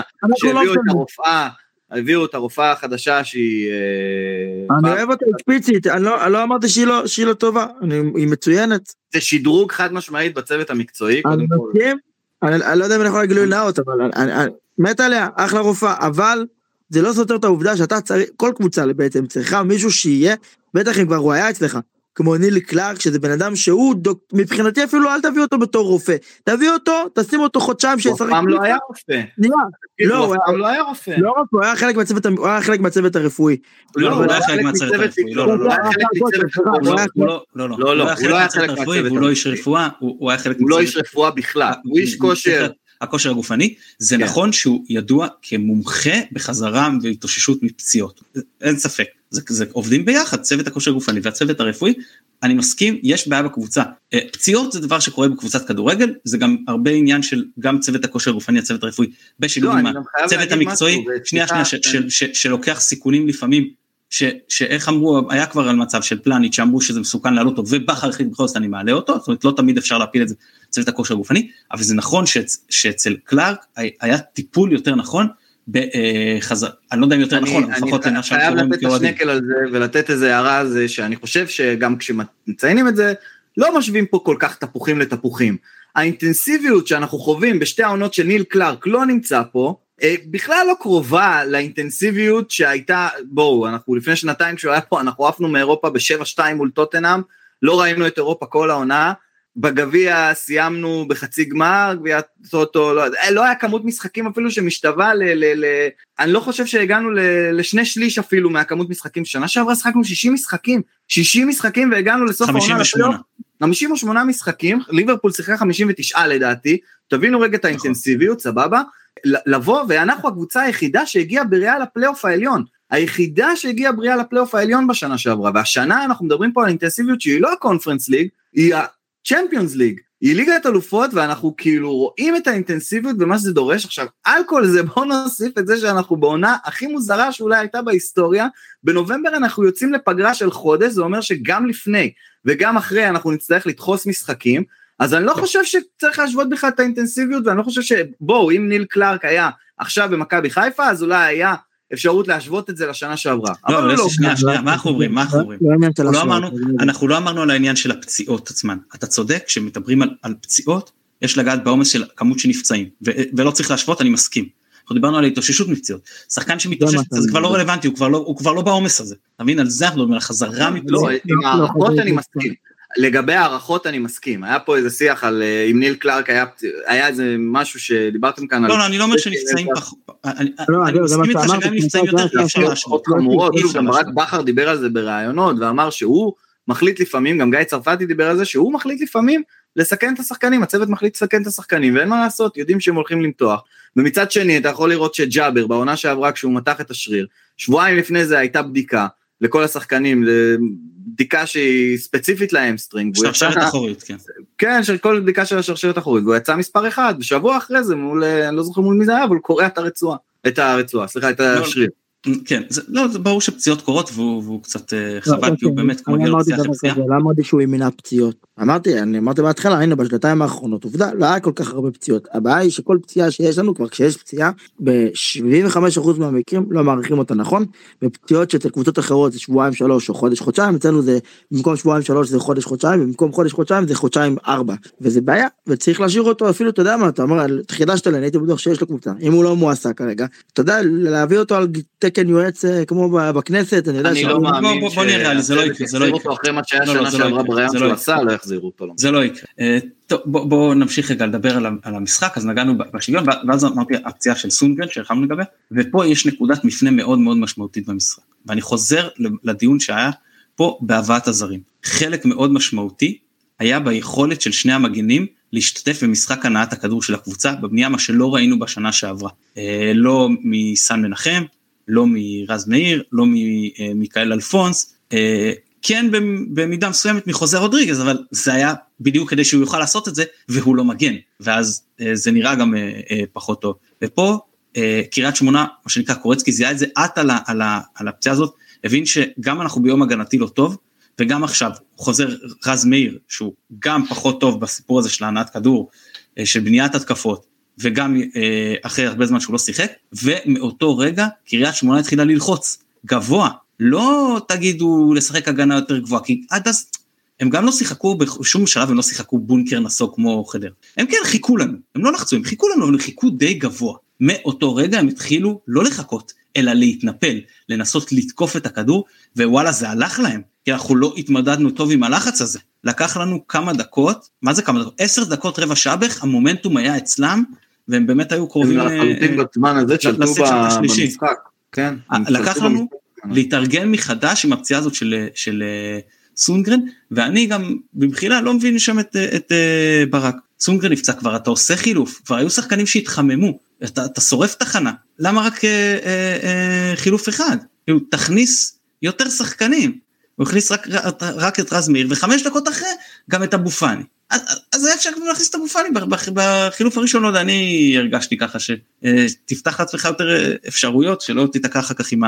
S3: הביאו את הרופאה החדשה שהיא...
S2: אני אוהב אותה ספיצית, אני לא אמרתי שהיא לא טובה, היא מצוינת.
S3: זה שדרוג חד משמעית בצוות המקצועי.
S2: אני לא יודע אם אני יכול להגיד לו נאות, אבל מת עליה, אחלה רופאה, אבל זה לא סותר את העובדה שאתה צריך, כל קבוצה בעצם צריכה מישהו שיהיה, בטח אם כבר הוא היה אצלך, כמו ניל קלארק, שזה בן אדם שהוא, מבחינתי אפילו אל תביא אותו בתור רופא, תביא אותו, תשים אותו חודשיים שישחק.
S3: הוא פעם לא היה רופא.
S2: הוא לא היה רופא. לא רופא, הוא היה חלק מהצוות הרפואי.
S1: לא, הוא לא היה חלק מהצוות הרפואי. לא, הוא לא היה חלק מהצוות הרפואי, והוא לא איש רפואה, הוא היה חלק...
S3: הוא לא איש רפואה בכלל, הוא איש כושר.
S1: הכושר הגופני, זה נכון שהוא ידוע כמומחה בחזרה והתאוששות מפציעות, אין ספק, זה עובדים ביחד, צוות הכושר הגופני והצוות הרפואי, אני מסכים, יש בעיה בקבוצה, פציעות זה דבר שקורה בקבוצת כדורגל, זה גם הרבה עניין של גם צוות הכושר הגופני, הצוות הרפואי, בשילוב עם הצוות המקצועי, שנייה, שלוקח סיכונים לפעמים, שאיך אמרו, היה כבר על מצב של פלניץ' שאמרו שזה מסוכן לעלות אותו, ובחר החליט בכל זאת אני מעלה אותו, זאת אומרת לא תמיד אפשר להפיל את זה צוות הכושר הגופני, אבל זה נכון שאצל קלארק היה טיפול יותר נכון, אני לא יודע אם יותר נכון, לפחות
S3: אני חייב לתת את השנקל על זה, ולתת איזה הערה על זה, שאני חושב שגם כשמציינים את זה, לא משווים פה כל כך תפוחים לתפוחים. האינטנסיביות שאנחנו חווים בשתי העונות של ניל קלארק לא נמצא פה, בכלל לא קרובה לאינטנסיביות שהייתה, בואו, אנחנו לפני שנתיים כשהוא היה פה, אנחנו עפנו מאירופה ב7-2 מול טוטנהאם, לא ראינו את אירופה כל העונה, בגביע סיימנו בחצי גמר, גביע טוטו, לא היה כמות משחקים אפילו שמשתווה אני לא חושב שהגענו לשני שליש אפילו מהכמות משחקים, שנה שעברה שחקנו 60 משחקים והגענו לסוף העונה, 58 משחקים, ליברפול שיחקה 59 לדעתי, תבינו רגע את האינטנסיביות, סבבה, לבוא, ואנחנו הקבוצה היחידה שהגיעה בריאה לפלייאוף העליון, היחידה שהגיעה בריאה לפלייאוף העליון בשנה שעברה, והשנה אנחנו מדברים פה על אינטנסיביות שהיא לא הקונפרנס ליג, היא הצ'מפיונס ליג, היא ליגת אלופות, ואנחנו כאילו רואים את האינטנסיביות ומה שזה דורש. עכשיו, על כל זה בואו נוסיף את זה שאנחנו בעונה הכי מוזרה שאולי הייתה בהיסטוריה, בנובמבר אנחנו יוצאים לפגרה של חודש, זה אומר שגם לפני וגם אחרי אנחנו נצטרך לדחוס משחקים, אז אני לא חושב שצריך להשוות בכלל את האינטנסיביות, ואני לא חושב שבואו, אם ניל קלארק היה עכשיו במכבי חיפה, אז אולי היה אפשרות להשוות את זה לשנה שעברה.
S1: לא, שנייה, מה אנחנו אומרים? אנחנו לא אמרנו על העניין של הפציעות עצמן. אתה צודק, כשמדברים על פציעות, יש לגעת בעומס של כמות שנפצעים, ולא צריך להשוות, אני מסכים. אנחנו דיברנו על התאוששות מפציעות. שחקן שמתאושש, זה כבר לא רלוונטי, הוא כבר לא בעומס הזה. תבין, על זה אנחנו מדברים, על החזרה מפציעות.
S3: עם הערכות אני מסכים. לגבי הערכות אני מסכים, היה פה איזה שיח על אם ניל קלארק היה איזה משהו שדיברתם כאן על...
S1: לא, אני לא אומר שנפצעים פחות, אני מסכים איתך שגם נפצעים יותר, אפשר להשוות.
S3: גם ברק בכר דיבר על זה ברעיונות, ואמר שהוא מחליט לפעמים, גם גיא צרפתי דיבר על זה, שהוא מחליט לפעמים לסכן את השחקנים, הצוות מחליט לסכן את השחקנים, ואין מה לעשות, יודעים שהם הולכים למתוח, ומצד שני אתה יכול לראות שג'אבר, בעונה שעברה כשהוא מתח את השריר, שבועיים לפני זה הייתה בדיקה, לכל השחקנים, בדיקה שהיא ספציפית לאמסטרינג.
S1: שרשרת אחורית, כן.
S3: כן, של כל בדיקה של השרשרת אחורית, והוא יצא מספר אחד, בשבוע אחרי זה, אני לא זוכר מול מי זה היה, אבל הוא קורא את השריר.
S1: כן, לא, זה ברור שפציעות קורות, והוא קצת חבל, כי הוא באמת כמו גלו פציעה שפציעה.
S2: לא אמרתי שהוא ימינה פציעות. אני אמרתי בהתחלה, הנה בשנתיים האחרונות, עובדה, לא היה כל כך הרבה פציעות. הבעיה היא שכל פציעה שיש לנו, כבר כשיש פציעה, ב-75% מהמקרים לא מעריכים אותה נכון, בפציעות שאצל קבוצות אחרות זה שבועיים 3 או חודש חודשיים, אצלנו זה במקום שבועיים 3 זה חודש חודשיים, ובמקום חודש חודשיים זה חודשיים 4, וזה בעיה, וצריך להשאיר אותו, אפילו אתה יודע מה, אתה אומר, חידשת לי, הייתי בטוח שיש לו קבוצה, אם הוא לא מועסק כרגע, אתה יודע, להביא אותו על תקן יועץ כמו בכנסת,
S3: אני לא מאמין
S1: בוא נראה, זה לא יקרה.
S3: אחרי מה שהיה שנה שעברה ברעיון שהוא עשה, לא יחזירו אותו.
S1: זה לא יקרה. טוב, בואו נמשיך רגע לדבר על המשחק, אז נגענו בשוויון, ואז אמרתי הפציעה של סונגרן, שהרחמנו לגבי, ופה יש נקודת מפנה מאוד מאוד משמעותית במשחק, ואני חוזר לדיון שהיה פה בהבאת הזרים. חלק מאוד משמעותי היה ביכולת של שני המגנים להשתתף במשחק הנעת הכדור של הקבוצה, בבנייה מה שלא ראינו בשנה שעברה. לא מסן מנחם, לא מרז מאיר, לא ממיקאל אלפונס, כן במידה מסוימת מחוזה רודריגז, אבל זה היה בדיוק כדי שהוא יוכל לעשות את זה, והוא לא מגן, ואז זה נראה גם פחות טוב. ופה קריית שמונה, מה שנקרא קורצקי, זיהה את זה עט על הפציעה הזאת, הבין שגם אנחנו ביום הגנתי לא טוב, וגם עכשיו חוזר רז מאיר, שהוא גם פחות טוב בסיפור הזה של הנעת כדור, של בניית התקפות, וגם אחרי הרבה זמן שהוא לא שיחק, ומאותו רגע קריית שמונה התחילה ללחוץ, גבוה, לא תגידו לשחק הגנה יותר גבוהה, כי עד אז הם גם לא שיחקו בשום שלב, הם לא שיחקו בונקר נסוק כמו חדר, הם כן חיכו לנו, הם לא לחצו, הם חיכו לנו, אבל הם חיכו די גבוה, מאותו רגע הם התחילו לא לחכות, אלא להתנפל, לנסות לתקוף את הכדור, ווואלה זה הלך להם, כי אנחנו לא התמודדנו טוב עם הלחץ הזה, לקח לנו כמה דקות, מה זה כמה דקות? 10 דקות רבע שעה בערך, המומנטום היה אצלם, והם באמת היו קרובים
S3: לסט במשחק, כן.
S1: לקח לנו להתארגן מחדש עם הפציעה הזאת של סונגרן, ואני גם במחילה לא מבין שם את ברק, סונגרן נפצע כבר, אתה עושה חילוף, כבר היו שחקנים שהתחממו, אתה שורף תחנה, למה רק חילוף אחד? תכניס יותר שחקנים, הוא הכניס רק את רז מאיר, ו5 דקות אחרי גם את אבו פאני, אז היה אפשר כבר להכניס את אבו פאני, בחילוף הראשון לא יודע, אני הרגשתי ככה, שתפתח לעצמך יותר אפשרויות, שלא תתקע אחר כך עם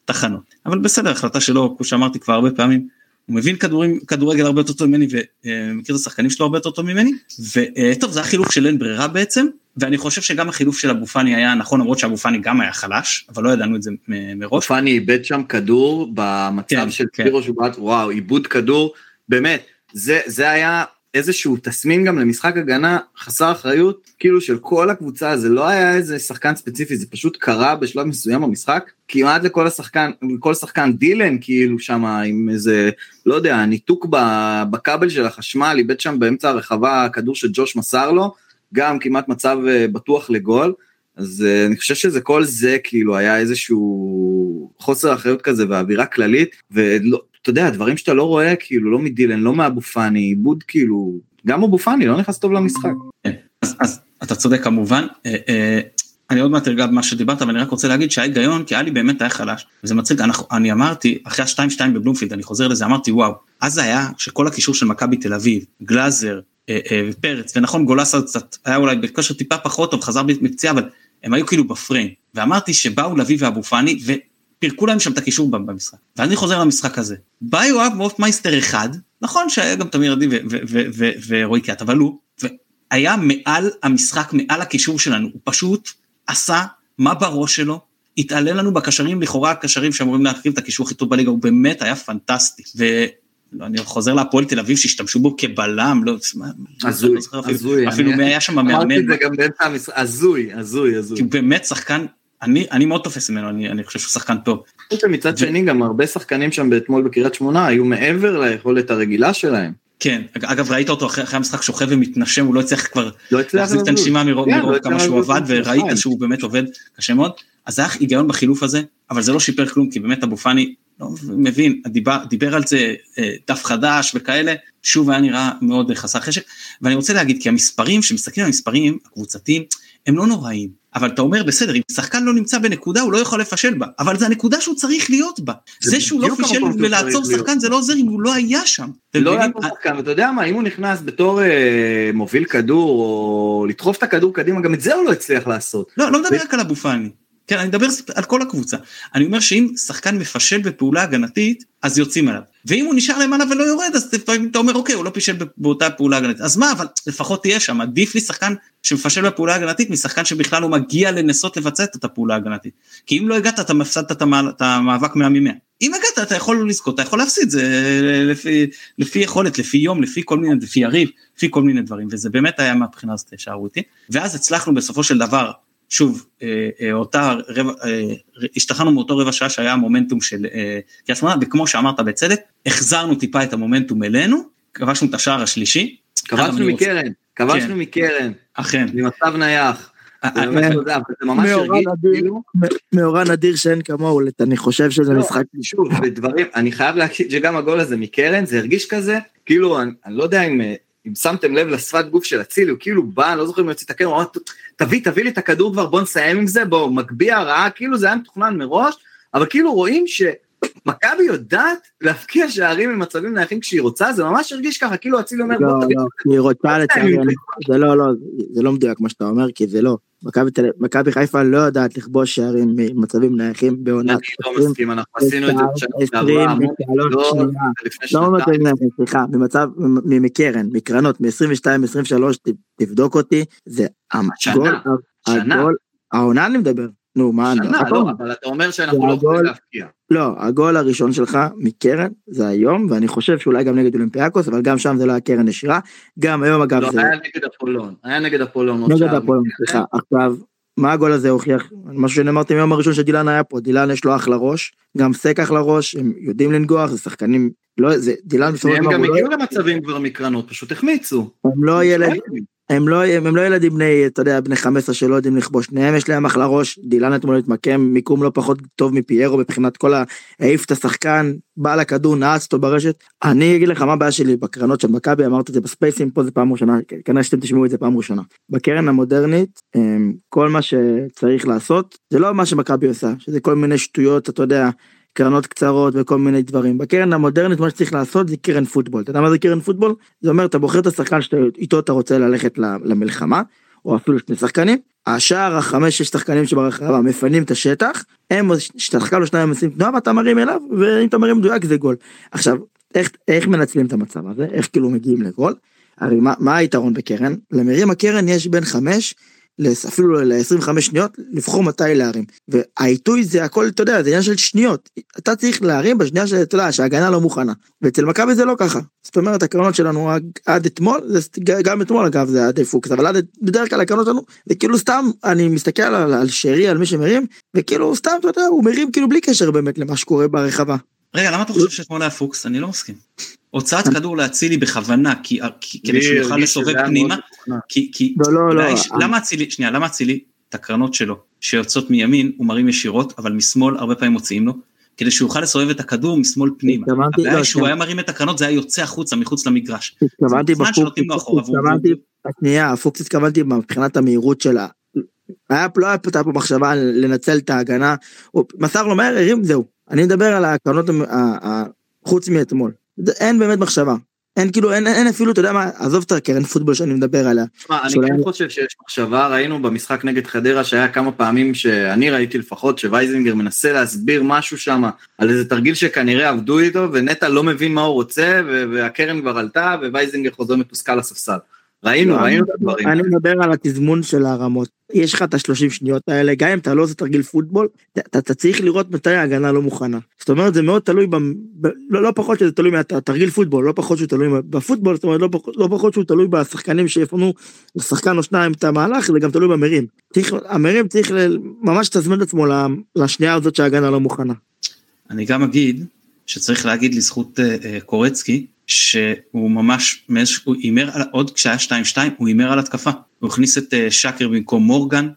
S1: תחנות. אבל בסדר, החלטה שלו, כמו שאמרתי כבר הרבה פעמים, הוא מבין כדורגל הרבה יותר טוב ממני, ומכיר את השחקנים שלו הרבה יותר טוב ממני, וטוב, זה החילוף של אין ברירה בעצם, ואני חושב שגם החילוף של אבו פאני היה נכון, למרות שאבו פאני גם היה חלש, אבל לא ידענו את זה מראש.
S3: אבו פאני איבד שם כדור, במצב של פירו שובת, וואו, איבוד כדור, באמת, זה היה איזשהו תסמין גם למשחק הגנה חסר אחריות, כאילו של כל הקבוצה, זה לא היה איזה שחקן ספציפי, זה פשוט קרה בשלב מסוים במשחק, כמעט לכל שחקן דילן, כאילו שם עם איזה, לא יודע, ניתוק בכבל של החשמל, איבד שם באמצע הרחבה, כדור שג'וש מסר לו, גם כמעט מצב בטוח לגול, אז אני חושב שזה כל זה, כאילו היה איזשהו חוסר אחריות כזה, והאווירה כללית, ולא, אתה יודע, דברים שאתה לא רואה, כאילו, לא מדילן, לא מאבו פאני, עיבוד, כאילו, גם אבו פאני, לא נכנס טוב למשחק.
S1: אז אתה צודק כמובן, אני עוד מעט ארגע במה שדיברת, אבל אני רק רוצה להגיד שההיגיון, כי עלי באמת היה חלש, וזה מצחיק, אני אמרתי, אחרי 2-2 בבלומפילד, אני חוזר לזה, אמרתי, וואו, אז זה היה שכל הקישור של מכבי תל אביב, גלאזר, ופרץ, ונכון, גולסה קצת, היה אולי בכושר טיפה פחות טוב, חזר מפציעה, אבל הם היו כאילו בפריים, ואמרתי שבאו לוי ואבו פאני, פירקו להם שם את הקישור במשחק, ואני חוזר למשחק הזה, בא יואב מופמייסטר אחד, נכון שהיה גם תמיר עדי ורועי קיאט, אבל הוא, והיה מעל המשחק, מעל הקישור שלנו, הוא פשוט עשה מה בראש שלו, התעלה לנו בקשרים, לכאורה הקשרים שאמורים להרכיב את הקישור הכי טוב בליגה, הוא באמת היה פנטסטי, ואני חוזר להפועל תל אביב, שהשתמשו בו כבלם, לא,
S3: הזוי,
S1: אפילו מי היה שם מאמן,
S3: אמרתי את זה גם באמצע המשחק, הזוי,
S1: כי הוא באמת שחקן, אני מאוד תופס ממנו, אני חושב שהוא שחקן טוב.
S3: מצד שני, גם הרבה שחקנים שם אתמול בקריית שמונה, היו מעבר ליכולת הרגילה שלהם.
S1: כן, אגב ראית אותו אחרי המשחק שוכב ומתנשם, הוא לא הצליח כבר להחזיק את הנשימה מרוב כמה שהוא עבד, וראית שהוא באמת עובד קשה מאוד, אז היה היגיון בחילוף הזה, אבל זה לא שיפר כלום, כי באמת אבו פאני, לא מבין, דיבר על זה דף חדש וכאלה, שוב היה נראה מאוד חסר חשק, ואני רוצה להגיד, כי המספרים, שמסתכלים על המספרים הקבוצתיים, הם לא נוראים, אבל אתה אומר, בסדר, אם שחקן לא נמצא בנקודה, הוא לא יכול לפשל בה, אבל זה הנקודה שהוא צריך להיות בה, זה שהוא לא פישל ולעצור שחקן, זה לא עוזר אם הוא לא היה שם.
S3: לא היה פה שחקן, ואתה יודע מה, אם הוא נכנס בתור מוביל כדור, או לדחוף את הכדור קדימה, גם את זה הוא לא הצליח לעשות.
S1: לא מדבר רק על אבו פאני. כן, אני מדבר על כל הקבוצה. אני אומר שאם שחקן מפשל בפעולה הגנתית, אז יוצאים עליו. ואם הוא נשאר למעלה ולא יורד, אז אתה אומר, אוקיי, הוא לא פישל באותה פעולה הגנתית. אז מה, אבל לפחות תהיה שם. עדיף לי שחקן שמפשל בפעולה הגנתית, משחקן שבכלל הוא מגיע לנסות לבצע את הפעולה הגנתית. כי אם לא הגעת, אתה מפסדת את המאבק 100 מ-100. אם הגעת, אתה יכול לזכות, אתה יכול להפסיד, זה לפי יכולת, לפי יום, לפי כל מיני, לפי יריב, לפי כל מיני דברים. וזה באמת היה מהבחינה הזאת שערותי. ואז הצלחנו בסופו של דבר שוב, השתחררנו מאותו רבע שעה שהיה המומנטום של קריית שמונה, וכמו שאמרת בצדק, החזרנו טיפה את המומנטום אלינו, כבשנו את השער השלישי.
S3: כבשנו מקרן.
S1: אכן.
S3: ממצב נייח.
S2: מאורע נדיר שאין כמוהו, אני חושב שזה משחק
S3: שוב, בדברים, אני חייב להגיד שגם הגול הזה מקרן, זה הרגיש כזה, כאילו, אני לא יודע אם שמתם לב לשפת גוף של הצילי, הוא כאילו בא, אני לא זוכר אם יוציא את הקרן, הוא אמר, תביא לי את הכדור כבר, בוא נסיים עם זה, בוא, מגביע הרעה, כאילו זה היה מתוכנן מראש, אבל כאילו רואים שמכבי יודעת להפקיע שערים ממצבים נייחים כשהיא רוצה, זה ממש הרגיש ככה, כאילו הצילי אומר, בוא תביא.
S2: היא רוצה לצערי, זה לא מדויק מה שאתה אומר, כי זה לא. מכבי חיפה לא יודעת לכבוש שערים ממצבים נייחים בעונת.
S3: אני לא מסכים, אנחנו עשינו את זה
S2: לא מצבים נייחים, סליחה, במצב מקרן, מקרנות, מ-22-23, תבדוק אותי, זה הגול, העונה אני מדבר. נו, מה אני?
S3: לא, אבל אתה אומר שאנחנו לא יכולים להפקיע.
S2: לא, הגול הראשון שלך מקרן, זה היום, ואני חושב שאולי גם נגד אולימפיאקוס, אבל גם שם זה לא היה קרן ישירה, גם היום אגב זה...
S3: לא, היה נגד אפולון.
S2: נגד אפולון, סליחה. עכשיו, מה הגול הזה הוכיח? משהו שנאמרתי מיום הראשון שדילן היה פה, דילן יש לו אחלה ראש, גם סק אחלה ראש, הם יודעים לנגוח, זה שחקנים, לא, זה דילן...
S3: הם גם הגיעו למצבים כבר מקרנות, פשוט החמיצו.
S2: הם לא ילד... הם לא ילדים בני, אתה יודע, בני 15 שלא יודעים לכבוש, שניהם יש להם אחלה ראש, דילן אתמול להתמקם, מיקום לא פחות טוב מפיירו, מבחינת כל העיף את השחקן, בעל הכדור, נעץ אותו ברשת, אני אגיד לך מה הבעיה שלי בקרנות של מכבי, אמרתי את זה בספייסים, פה זה פעם ראשונה, כנראה שאתם תשמעו את זה פעם ראשונה, בקרן המודרנית, כל מה שצריך לעשות, זה לא מה שמכבי עושה, שזה כל מיני שטויות, אתה יודע, קרנות קצרות וכל מיני דברים. בקרן המודרנית מה שצריך לעשות זה קרן פוטבול. אתה יודע מה זה קרן פוטבול? זה אומר, אתה בוחר את השחקן שאיתו אתה רוצה ללכת למלחמה, או אפילו 2 שחקנים, השאר 5-6 שחקנים שברחבה מפנים את השטח, הם שתחקה לו 2 עושים תנועה ואתה מרים אליו, ואם אתה מרים מדויק זה גול. עכשיו, איך מנצלים את המצב הזה? איך כאילו מגיעים לגול? הרי מה היתרון בקרן? למרים הקרן יש בין 5 אפילו ל-25 שניות, לבחור מתי להרים. והעיתוי זה הכל, אתה יודע, זה עניין של שניות. אתה צריך להרים בשנייה שאתה יודע, שההגנה לא מוכנה. ואצל מכבי זה לא ככה. זאת אומרת, הקרנות שלנו עד אתמול, גם אתמול אגב זה עד פוקס, אבל עד בדרך כלל הקרנות שלנו, וכאילו סתם, אני מסתכל על שרי, על מי שמרים, וכאילו סתם, אתה יודע, הוא מרים כאילו בלי קשר באמת למה שקורה ברחבה.
S1: רגע, למה אתה חושב שאתמול היה פוקס? אני לא מסכים. הוצאת כדור להצילי בכוונה, כדי שהוא יוכל לסובב פנימה, למה הצילי את הקרנות שלו, שיוצאות מימין, הוא מרים ישירות, אבל משמאל הרבה פעמים מוציאים לו, כדי שהוא יוכל לסובב את הכדור משמאל פנימה. הבעיה שהוא היה מרים את הקרנות, זה היה יוצא החוצה, מחוץ למגרש.
S2: הפוקס התכוונתי מבחינת המהירות שלה, לא היה פה מחשבה לנצל את ההגנה, מסר לו מהר, הרים, זהו. אני מדבר על הקרנות חוץ מאתמול. אין באמת מחשבה. אין כאילו, אין אפילו, אתה יודע מה, עזוב את הקרן פוטבול שאני מדבר עליה.
S3: אני כן חושב שיש מחשבה, ראינו במשחק נגד חדרה, שהיה כמה פעמים שאני ראיתי לפחות, שווייזינגר מנסה להסביר משהו שם, על איזה תרגיל שכנראה עבדו איתו, ונטע לא מבין מה הוא רוצה, והקרן כבר עלתה, ווייזינגר חוזר מתוסכל לספסל. ראינו את הדברים.
S2: אני מדבר על התזמון של הרמות. יש לך את ה-30 שניות האלה, גם אם אתה לא עושה תרגיל פוטבול, אתה צריך לראות מתי ההגנה לא מוכנה. זאת אומרת, זה מאוד תלוי, לא פחות שזה תלוי מהתרגיל פוטבול, לא פחות שהוא תלוי בפוטבול, זאת אומרת, לא פחות שהוא תלוי בשחקנים שיפנו לשחקן או 2 את המהלך, זה גם תלוי במרים. המרים צריך ממש תזמן את עצמו לשנייה הזאת שההגנה לא מוכנה.
S1: אני גם אגיד שצריך להגיד לזכות קורצקי, שהוא ממש, הוא אימר עוד כשהיה 2-2, הוא אימר על התקפה, הוא הכניס את שקר במקום מורגן,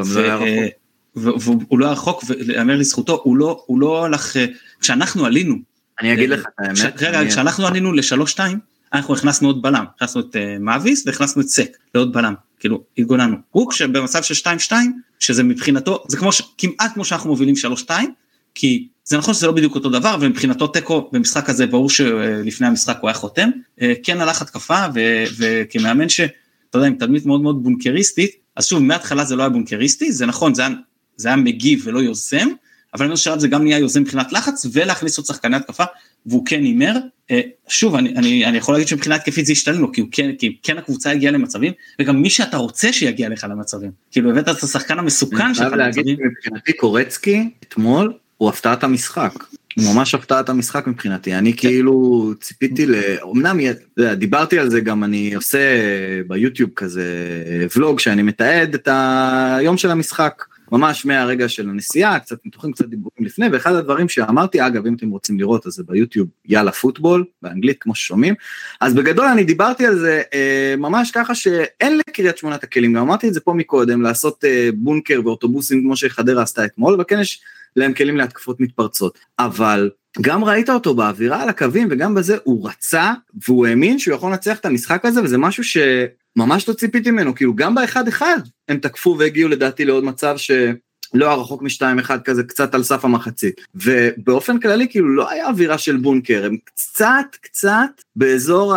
S1: והוא לא היה רחוק, ולאמר לזכותו, הוא לא הלך, כשאנחנו עלינו,
S3: אני אגיד לך את האמת,
S1: כשאנחנו עלינו ל-3-2, אנחנו הכנסנו עוד בלם, הכנסנו את מאביס, והכנסנו את סק, לעוד בלם, כאילו, התגוננו, הוא כשבמצב של 2-2, שזה מבחינתו, זה כמעט כמו שאנחנו מובילים 3-2, כי זה נכון שזה לא בדיוק אותו דבר, ומבחינתו טקו במשחק הזה, ברור שלפני המשחק הוא היה חותם, כן הלך התקפה, וכמאמן שאתה יודע, עם תדמית מאוד מאוד בונקריסטית, אז שוב, מההתחלה זה לא היה בונקריסטי, זה נכון, זה היה מגיב ולא יוזם, אבל אני חושב שזה גם נהיה יוזם מבחינת לחץ, ולהכניס עוד שחקני התקפה, והוא כן אימר, שוב, אני יכול להגיד שמבחינת התקפית זה השתלם לו, כי כן הקבוצה הגיעה למצבים, וגם מי שאתה רוצה שיגיע לך למצבים, כאילו הבאת את השחקן המסוכן שלך למצבים.
S3: מבחינתי קורצקי, אתמול, הוא הפתעת המשחק, הוא ממש הפתעת המשחק מבחינתי, אני כאילו ציפיתי, אמנם דיברתי על זה גם, אני עושה ביוטיוב כזה ולוג, שאני מתעד את היום של המשחק, ממש מהרגע של הנסיעה, קצת ניתוחים, קצת דיבורים לפני, ואחד הדברים שאמרתי, אגב, אם אתם רוצים לראות, אז זה ביוטיוב, יאללה פוטבול, באנגלית, כמו ששומעים, אז בגדול אני דיברתי על זה, ממש ככה שאין לקריית שמונה את הכלים, גם אמרתי את זה פה מקודם, לעשות בונקר ואוטובוסים, כמו שחדרה עשתה אתמול, וכן יש להם כלים להתקפות מתפרצות, אבל גם ראית אותו באווירה על הקווים, וגם בזה הוא רצה, והוא האמין שהוא יכול לנצח את המשחק הזה, וזה משהו שממש לא ציפיתי ממנו, כאילו גם ב1-1 הם תקפו והגיעו לדעתי לעוד מצב שלא הרחוק מ2-1 כזה, קצת על סף המחצית, ובאופן כללי כאילו לא היה אווירה של בונקר, הם קצת באזור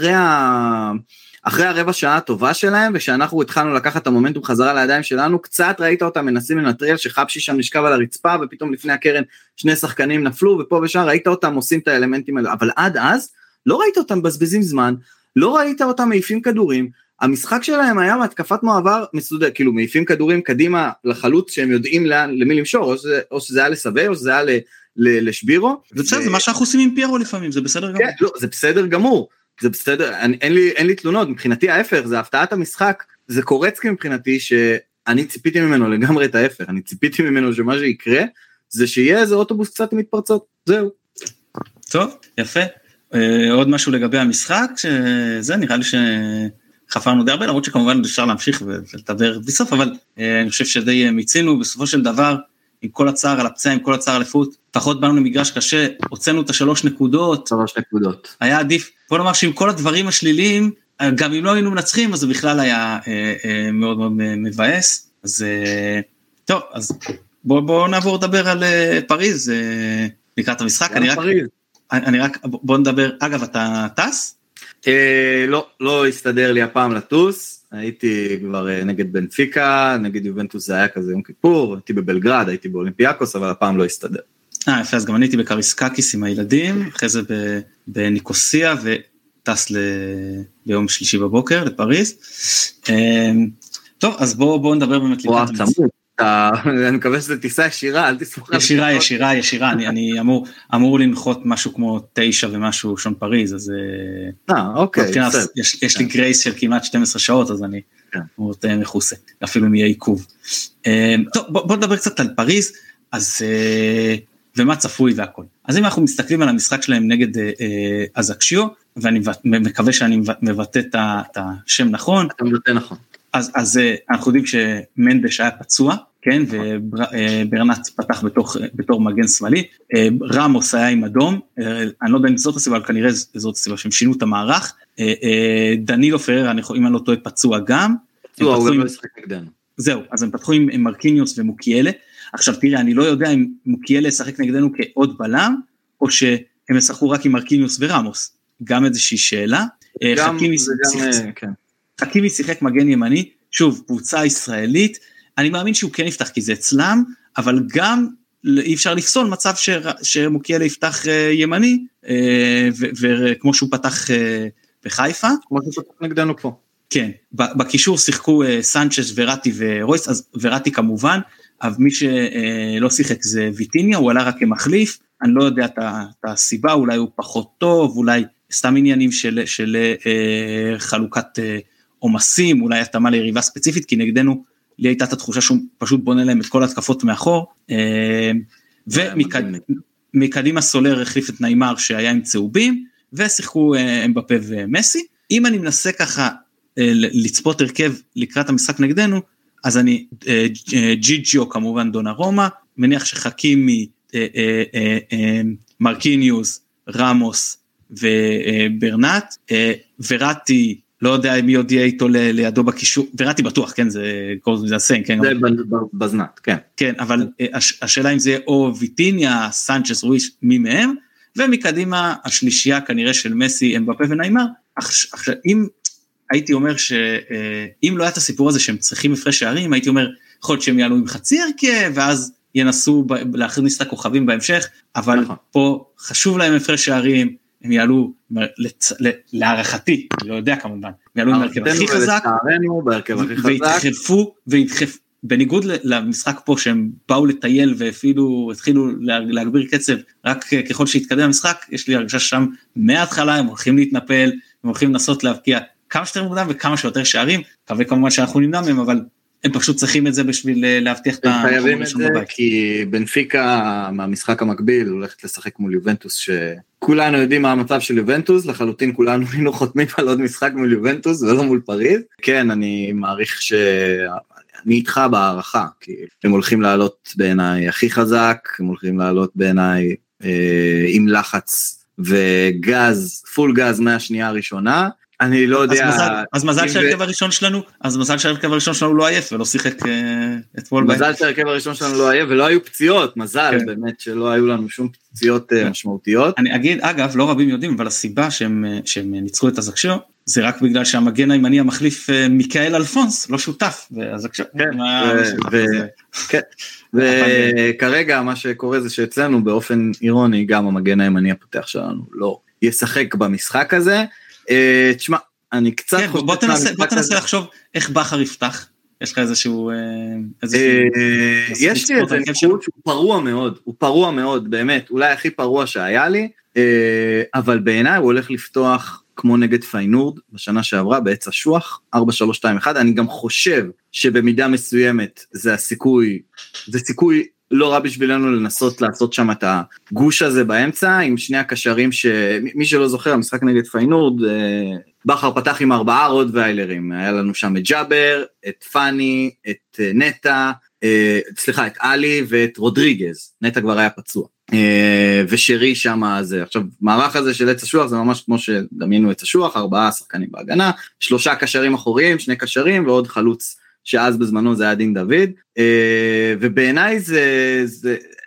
S3: אחרי הרבע שעה הטובה שלהם, ושאנחנו התחלנו לקחת את המומנטום חזרה לידיים שלנו, קצת ראית אותם מנסים לנטרל, שחבשי שם נשכב על הרצפה, ופתאום לפני הקרן 2 שחקנים נפלו, ופה ושם ראית אותם עושים את האלמנטים האלה, אבל עד אז לא ראית אותם בזבזים זמן, לא ראית אותם מעיפים כדורים, המשחק שלהם היה מהתקפת מעבר מסודר, כאילו מעיפים כדורים קדימה לחלוץ, שהם יודעים למי למשור, או שזה היה לסווה, או שזה היה לשבירו.
S1: זה מה שאנחנו עושים עם פיירו לפעמים, זה בסדר גמור.
S3: לא, זה בסדר גמור. זה בסדר, אין לי תלונות, מבחינתי ההפך, זה הפתעת המשחק, זה קורצקי מבחינתי, שאני ציפיתי ממנו לגמרי את ההפך, אני ציפיתי ממנו שמה שיקרה, זה שיהיה איזה אוטובוס קצת מתפרצות, זהו.
S1: טוב, יפה, עוד משהו לגבי המשחק, שזה נראה לי שחפרנו די הרבה, למרות שכמובן אפשר להמשיך ולדבר בסוף, אבל אני חושב שדי מיצינו, בסופו של דבר, עם כל הצער על הפצע, עם כל הצער על הפות, פחות באנו למגרש קשה, הוצאנו את 3 נקודות.
S3: 3 נקודות.
S1: היה עדיף, בוא נאמר שעם כל הדברים השליליים, גם אם לא היינו מנצחים, אז זה בכלל היה מאוד מאוד מבאס. אז טוב, אז בואו נעבור לדבר על פריז, לקראת המשחק. אני רק, בואו נדבר, אגב, אתה טס?
S3: לא הסתדר לי הפעם לטוס, הייתי כבר נגד בנפיקה, נגד יובנטוס זה היה כזה יום כיפור, הייתי בבלגרד, הייתי באולימפיאקוס, אבל הפעם לא הסתדר.
S1: יפה, אז גם אני הייתי בקריסקקיס עם הילדים, אחרי זה בניקוסיה, וטס ביום שלישי בבוקר לפריז. טוב, אז בואו נדבר באמת לקראת
S3: צמוד. אני מקווה שזה טיסה ישירה, אל תסמוך.
S1: ישירה, אני אמור לנחות משהו כמו 9 ומשהו שון פריז, אז
S3: אוקיי,
S1: יש לי גרייס של כמעט 12 שעות, אז אני אמור להיות מחוסה, אפילו אם יהיה עיכוב. טוב, בואו נדבר קצת על פריז, אז ומה צפוי והכל. אז אם אנחנו מסתכלים על המשחק שלהם נגד אזקשיו, ואני מקווה שאני מבטא את השם נכון.
S3: אתה מבטא נכון.
S1: אז אנחנו יודעים שמנדש היה פצוע, כן, וברנט פתח בתור מגן שמאלי, רמוס היה עם אדום, אני לא יודע אם זאת הסיבה, אבל כנראה זאת הסיבה שהם שינו את המערך, דנילו פררה, אם אני לא טועה, פצוע גם.
S3: פצוע, הוא גם לא ישחק נגדנו.
S1: זהו, אז הם פתחו עם מרקיניוס ומוקיאלה, עכשיו תראה, אני לא יודע אם מוקיאלה ישחק נגדנו כעוד בלם, או שהם ישחקו רק עם מרקיניוס ורמוס, גם איזושהי שאלה. חכימי שיחק מגן ימני, שוב, קבוצה ישראלית, אני מאמין שהוא כן יפתח כי זה אצלם, אבל גם אי אפשר לפסול מצב שמוקיאלה יפתח ימני, וכמו שהוא פתח בחיפה.
S3: כמו שהוא פתח נגדנו פה.
S1: כן, בקישור שיחקו סנצ'ס וראטי ורויס, אז וראטי כמובן, אבל מי שלא שיחק זה ויטיניה, הוא עלה רק כמחליף, אני לא יודע את הסיבה, אולי הוא פחות טוב, אולי סתם עניינים של חלוקת עומסים, אולי התאמה ליריבה ספציפית, כי נגדנו לי הייתה את התחושה שהוא פשוט בונה להם את כל התקפות מאחור, ומקדימה סולר החליף את ניימר שהיה עם צהובים, ושיחקו אמבפה ומסי. אם אני מנסה ככה לצפות הרכב לקראת המשחק נגדנו, אז אני ג'יג'יו כמובן דונרומה, מניח שחכימי, מרקיניוס, רמוס וברנט, וראטי, לא יודע מי עוד יהיה איתו לידו בקישור, וראטי בטוח, כן, זה הסן, כן.
S3: זה בזנת, כן.
S1: כן, אבל השאלה אם זה יהיה או ויטיניה, סנצ'ס, רויש, מי מהם, ומקדימה השלישייה כנראה של מסי, אמבפה וניימר, עכשיו אם הייתי אומר שאם לא היה את הסיפור הזה שהם צריכים הפרש שערים, הייתי אומר, יכול להיות שהם יעלו עם חצי הרכב, ואז ינסו להכניס את הכוכבים בהמשך, אבל פה חשוב להם הפרש שערים, הם יעלו להערכתי, אני לא יודע כמובן, הם יעלו עם הרכב הכי חזק, וידחפו, בניגוד למשחק פה שהם באו לטייל ואפילו התחילו להגביר קצב, רק ככל שהתקדם המשחק, יש לי הרגשה שם מההתחלה, הם הולכים להתנפל, הם הולכים לנסות להבקיע כמה שיותר מוקדם וכמה שיותר שערים, מקווה כמובן שאנחנו נמנע מהם, אבל הם פשוט צריכים את זה בשביל להבטיח את
S3: המקום הראשון בבית. כי בנפיקה מהמשחק המקביל הולכת לשחק מול יובנטוס, שכולנו יודעים מה המצב של יובנטוס, לחלוטין כולנו היינו חותמים על עוד משחק מול יובנטוס ולא מול פריז. כן, אני מעריך אני איתך בהערכה, כי הם הולכים לעלות בעיניי הכי חזק, הם הולכים לעלות בעיניי עם לחץ וגז, פול גז מהשנייה הראשונה, אני לא יודע.
S1: אז מזל שהרכב הראשון שלנו לא עייף, ולא שיחק אתמול.
S3: מזל שהרכב הראשון שלנו לא עייף, ולא היו פציעות, מזל באמת שלא היו לנו שום פציעות משמעותיות.
S1: אני אגיד, אגב, לא רבים יודעים, אבל הסיבה שהם ניצחו את אזקשיו, זה רק בגלל שהמגן הימני המחליף מיקאל אלפונס, לא שותף, ואזקשיו.
S3: כן, וכרגע מה שקורה זה שאצלנו באופן אירוני, גם המגן הימני הפותח שלנו לא ישחק במשחק הזה, תשמע, אני קצת...
S1: בוא תנסה לחשוב איך בחר יפתח, יש לך איזשהו...
S3: יש לי איזה נקוד שהוא פרוע מאוד, באמת, אולי הכי פרוע שהיה לי, אבל בעיניי הוא הולך לפתוח כמו נגד פיינורד בשנה שעברה, בעץ השוח, 4-3-2-1, אני גם חושב שבמידה מסוימת זה סיכוי לא רע בשבילנו לנסות לעשות שם את הגוש הזה באמצע, עם שני הקשרים שמי שלא זוכר, המשחק נגד פיינורד, בחר פתח עם 4 רוטוויילרים, היה לנו שם את ג'אבר, את פאני, את נטה, סליחה, את אלי ואת רודריגז, נטה כבר היה פצוע, ושרי שם הזה, עכשיו מערך הזה של עץ השוח, זה ממש כמו שדמיינו עץ השוח, 4 שחקנים בהגנה, 3 קשרים אחוריים, 2 קשרים ועוד חלוץ, שאז בזמנו זה היה דין דוד, ובעיניי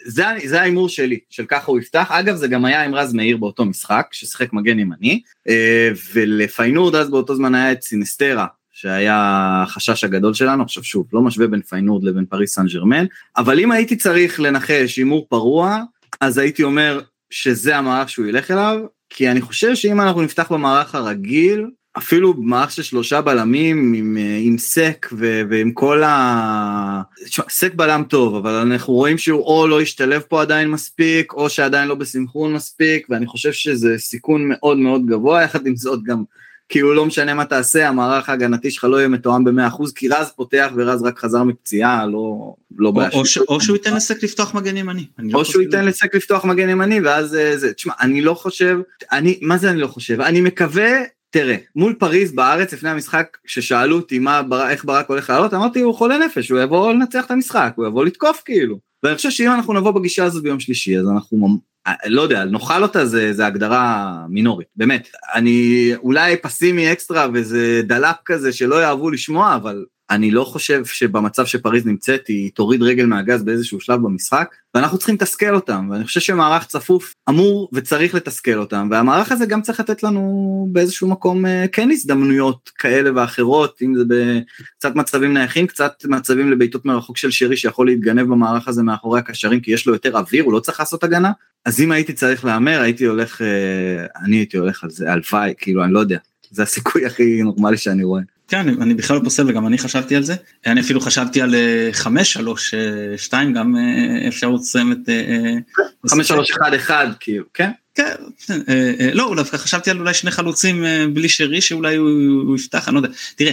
S3: זה האימור שלי, של ככה הוא יפתח. אגב, זה גם היה עם רז מאיר באותו משחק, ששחק מגן ימני, ולפיינורד אז באותו זמן היה את סינסטרה, שהיה החשש הגדול שלנו. עכשיו שוב, לא משווה בין פיינורד לבין פריס סן ז'רמן, אבל אם הייתי צריך לנחש אימור פרוע, אז הייתי אומר שזה המערך שהוא ילך אליו, כי אני חושב שאם אנחנו נפתח במערך הרגיל, אפילו במערך של 3 בלמים, עם סק ועם כל סק בלם טוב, אבל אנחנו רואים שהוא או לא ישתלב פה עדיין מספיק, או שעדיין לא בסנכרון מספיק, ואני חושב שזה סיכון מאוד מאוד גבוה, יחד עם זאת גם, כאילו לא משנה מה תעשה, המערך ההגנתי שלך לא יהיה מתואם ב100%, כי רז פותח ורז רק חזר מפציעה, לא בעיה.
S1: או שהוא ייתן לסק לפתוח מגן ימני.
S3: או שהוא ייתן לסק לפתוח מגן ימני, ואז זה, תשמע, אני לא חושב, מה זה אני לא חושב? אני מקווה, תראה, מול פריז בארץ לפני המשחק, ששאלו אותי איך ברק הולך לעלות, אמרתי, הוא חולה נפש, הוא יבוא לנצח את המשחק, הוא יבוא לתקוף כאילו. ואני חושב שאם אנחנו נבוא בגישה הזאת ביום שלישי, אז אנחנו, לא יודע, נאכל אותה, זה הגדרה מינורית, באמת. אני אולי פסימי אקסטרה, וזה דלאפ כזה שלא יאהבו לשמוע, אבל אני לא חושב שבמצב שפריז נמצאת, היא תוריד רגל מהגז באיזשהו שלב במשחק, ואנחנו צריכים לתסכל אותם, ואני חושב שמערך צפוף אמור וצריך לתסכל אותם, והמערך הזה גם צריך לתת לנו באיזשהו מקום כן הזדמנויות כאלה ואחרות, אם זה בקצת מצבים נייחים, קצת מצבים לביתות מרחוק של שרי, שיכול להתגנב במערך הזה מאחורי הקשרים, כי יש לו יותר אוויר, הוא לא צריך לעשות הגנה, אז אם הייתי צריך לאמר, הייתי הולך על זה, אלפאי, כאילו אני לא יודע, זה הסיכוי הכי נורמלי שאני רואה.
S1: כן, אני בכלל לא פוסל, וגם אני חשבתי על זה, אני אפילו חשבתי על 5-3-2, גם אפשר לסיים את...
S3: 5-3-1-1, כאילו, כן?
S1: כן, לא, דווקא חשבתי על אולי 2 חלוצים בלי שרי, שאולי הוא יפתח, אני לא יודע, תראה,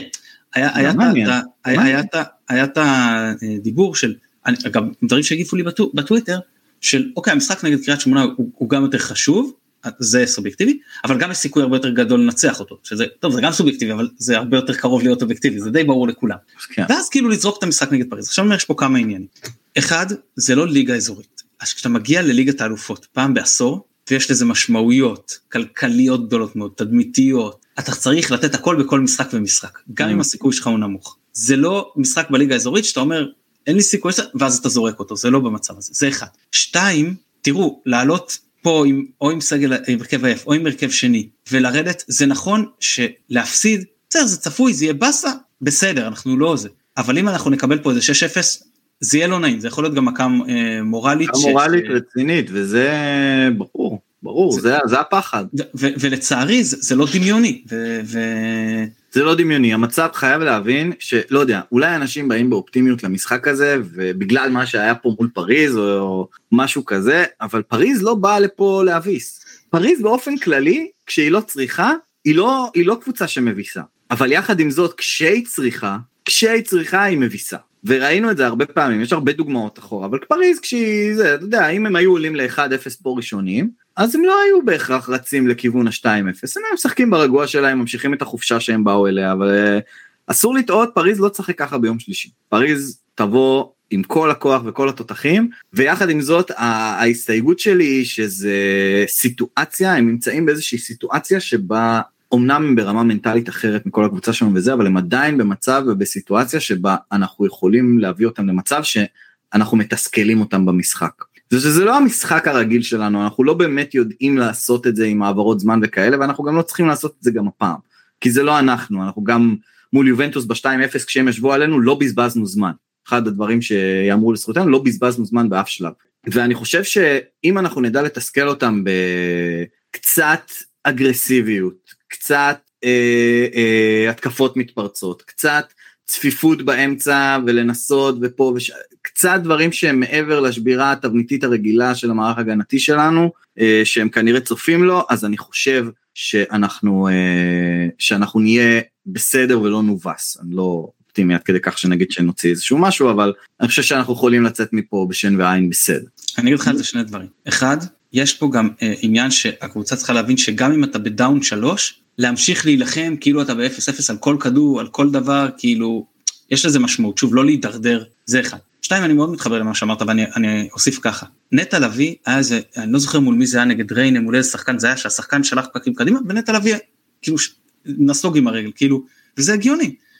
S1: היה את הדיבור של, גם דברים שהגיפו לי בטוויטר, של אוקיי, המשחק נגד קריית שמונה הוא גם יותר חשוב, זה סובייקטיבי, אבל גם יש סיכוי הרבה יותר גדול לנצח אותו, שזה, טוב, זה גם סובייקטיבי, אבל זה הרבה יותר קרוב להיות אובייקטיבי, זה די ברור לכולם. ואז כאילו לזרוק את המשחק נגד פריז. עכשיו יש פה כמה עניינים. אחד, זה לא ליגה אזורית. אז כשאתה מגיע לליגת האלופות, פעם בעשור, ויש לזה משמעויות כלכליות גדולות מאוד, תדמיתיות, אתה צריך לתת הכל בכל משחק ומשחק, גם אם הסיכוי שלך הוא נמוך. זה לא משחק בליגה האזורית, שאתה אומר, אין לי סיכוי, ואז אתה זורק אותו, זה לא במצב הזה. זה אחד. 2, תראו, לעלות פה או עם סגל הרכב עייף, או עם הרכב שני, ולרדת, זה נכון שלהפסיד, זה צפוי, זה יהיה בסה, בסדר, אנחנו לא זה, אבל אם אנחנו נקבל פה איזה 6-0, זה יהיה לא נעים, זה יכול להיות גם מקם מורלית.
S3: מורלית רצינית, וזה ברור, זה הפחד.
S1: ולצערי, זה לא דמיוני,
S3: זה לא דמיוני, המצב חייב להבין שלא יודע, אולי אנשים באים באופטימיות למשחק הזה, ובגלל מה שהיה פה מול פריז, או משהו כזה, אבל פריז לא באה לפה להביס. פריז באופן כללי, כשהיא לא צריכה, היא לא קבוצה שמביסה. אבל יחד עם זאת, כשהיא צריכה היא מביסה. וראינו את זה הרבה פעמים, יש הרבה דוגמאות אחורה, אבל פריז כשהיא, אתה יודע, אם הם היו עולים ל-1-0 פה ראשונים, אז הם לא היו בהכרח רצים לכיוון ה-2-0, הם היו משחקים ברגוע שלהם, ממשיכים את החופשה שהם באו אליה, אבל אסור לטעות, פריז לא תשחק ככה ביום שלישי. פריז תבוא עם כל הכוח וכל התותחים, ויחד עם זאת, ההסתייגות שלי היא שזה סיטואציה, הם נמצאים באיזושהי סיטואציה שבה, אמנם הם ברמה מנטלית אחרת מכל הקבוצה שלנו וזה, אבל הם עדיין במצב ובסיטואציה שבה אנחנו יכולים להביא אותם למצב שאנחנו מתסכלים אותם במשחק. זה לא המשחק הרגיל שלנו, אנחנו לא באמת יודעים לעשות את זה עם העברות זמן וכאלה, ואנחנו גם לא צריכים לעשות את זה גם הפעם, כי זה לא אנחנו גם מול יובנטוס ב-2-0 כשהם ישבו עלינו, לא בזבזנו זמן. אחד הדברים שיאמרו לזכותנו, לא בזבזנו זמן באף שלב. ואני חושב שאם אנחנו נדע לתסכל אותם בקצת אגרסיביות, קצת התקפות מתפרצות, קצת צפיפות באמצע ולנסות ופה קצת דברים שהם מעבר לשבירה התבניתית הרגילה של המערך הגנתי שלנו, שהם כנראה צופים לו, אז אני חושב שאנחנו נהיה בסדר ולא נובס, אני לא אופטימי עד כדי כך שנגיד שנוציא איזשהו משהו, אבל אני חושב שאנחנו יכולים לצאת מפה בשן ועין בסדר.
S1: אני אגיד לך על זה 2 דברים. אחד, יש פה גם עניין שהקבוצה צריכה להבין שגם אם אתה בדאון 3, להמשיך להילחם כאילו אתה ב-0-0 על כל כדור, על כל דבר, כאילו, יש לזה משמעות, שוב, לא להידרדר, זה אחד. 2, אני מאוד מתחבר למה שאמרת, ואני אוסיף ככה. נטע לביא, אני לא זוכר מול מי זה היה נגד ריינה, מול איזה שחקן, זה היה שהשחקן שלח פקים קדימה, ונטע לביא, כאילו, נסוג עם הרגל, כאילו, וזה הגיוני.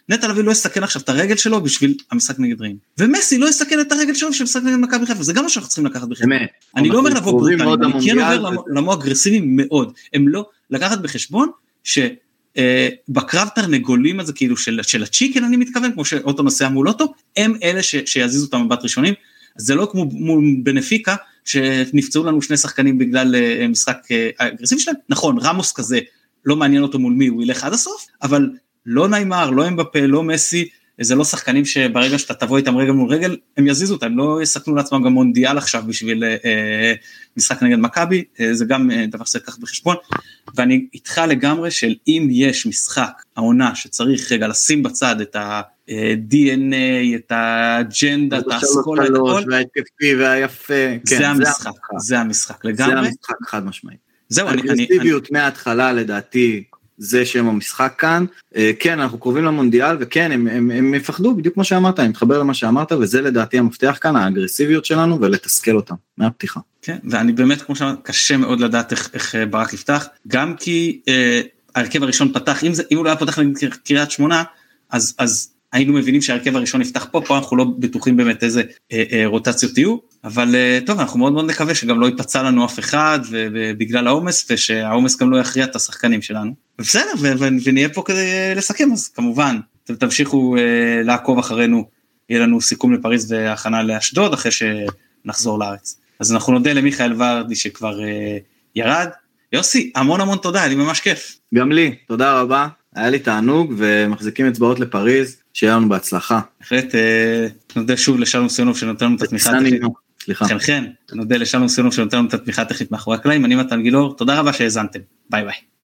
S1: נטע לביא לא יסכן עכשיו את הרגל שלו בשביל המשחק נגד רעים. ומסי לא יסכן את הרגל שלו בשביל המשחק נגד מכבי חיפה, זה גם מה שאנחנו צריכים לקחת בחשבון. אני לא אומר לבוא ברוטליים, אני כן עובר למו אגרסיביים מאוד. הם לא לקחת בחשבון שבקרב תרנגולים הזה כאילו של הצ'יקן אני מתכוון, כמו שאוטו נוסע מול אוטו, הם אלה שיזיזו את המבט ראשונים, אז זה לא כמו בנפיקה, שנפצעו לנו שני שחקנים בגלל משחק אגרסיבי שלהם, נכון, רמוס כזה, לא מעניין אותו מול מי, הוא ילך עד הסוף, אבל לא ניימר, לא אמבפה, לא מסי, זה לא שחקנים שברגע שאתה תבוא איתם רגל מול רגל, הם יזיזו אותם, הם לא יסכנו לעצמם גם מונדיאל עכשיו בשביל משחק נגד מכבי, זה גם דבר שצריך בחשבון, ואני איתך לגמרי של אם יש משחק, העונה שצריך רגע לשים בצד את ה-DNA, את האג'נדה, את האסכולה, את הכל,
S3: וההתקפי והיפה,
S1: זה המשחק לגמרי.
S3: זה המשחק חד משמעית.
S1: זהו,
S3: אגרסיביות מההתחלה לדעתי, זה שם המשחק כאן, כן, אנחנו קרובים למונדיאל, וכן, הם יפחדו, בדיוק כמו שאמרת, אני מתחבר למה שאמרת, וזה לדעתי המפתח כאן, האגרסיביות שלנו, ולתסכל אותם, מהפתיחה.
S1: כן, ואני באמת, כמו שאמרת, קשה מאוד לדעת איך ברק יפתח, גם כי ההרכב הראשון פתח, אם הוא לא היה פותח נגד קריית שמונה, אז היינו מבינים שההרכב הראשון יפתח פה אנחנו לא בטוחים באמת איזה רוטציות יהיו, אבל טוב, אנחנו מאוד מאוד נקווה שגם לא ייפצע לנו אף אחד, ובגלל העומס, ושהעומס גם לא יכריע את השחקנים שלנו. בסדר, ונהיה פה כדי לסכם, אז כמובן, תמשיכו לעקוב אחרינו, יהיה לנו סיכום לפריז והכנה לאשדוד, אחרי שנחזור לארץ. אז אנחנו נודה למיכאל ורדי שכבר ירד. יוסי, המון המון תודה, היה לי ממש כיף.
S3: גם לי, תודה רבה, היה לי תענוג, ומחזיקים אצבעות לפריז, שיהיה לנו בהצלחה.
S1: בהחלט, נודה שוב לשלום סיונוב שנותן לנו את התמיכה הטכנית.
S3: סליחה.
S1: כן, נודה לשלום סיונוב שנותן לנו את התמיכה הטכנית מאחורי הקלעים, אני מתן גילאור, תודה רבה שהאזנתם, ביי ביי.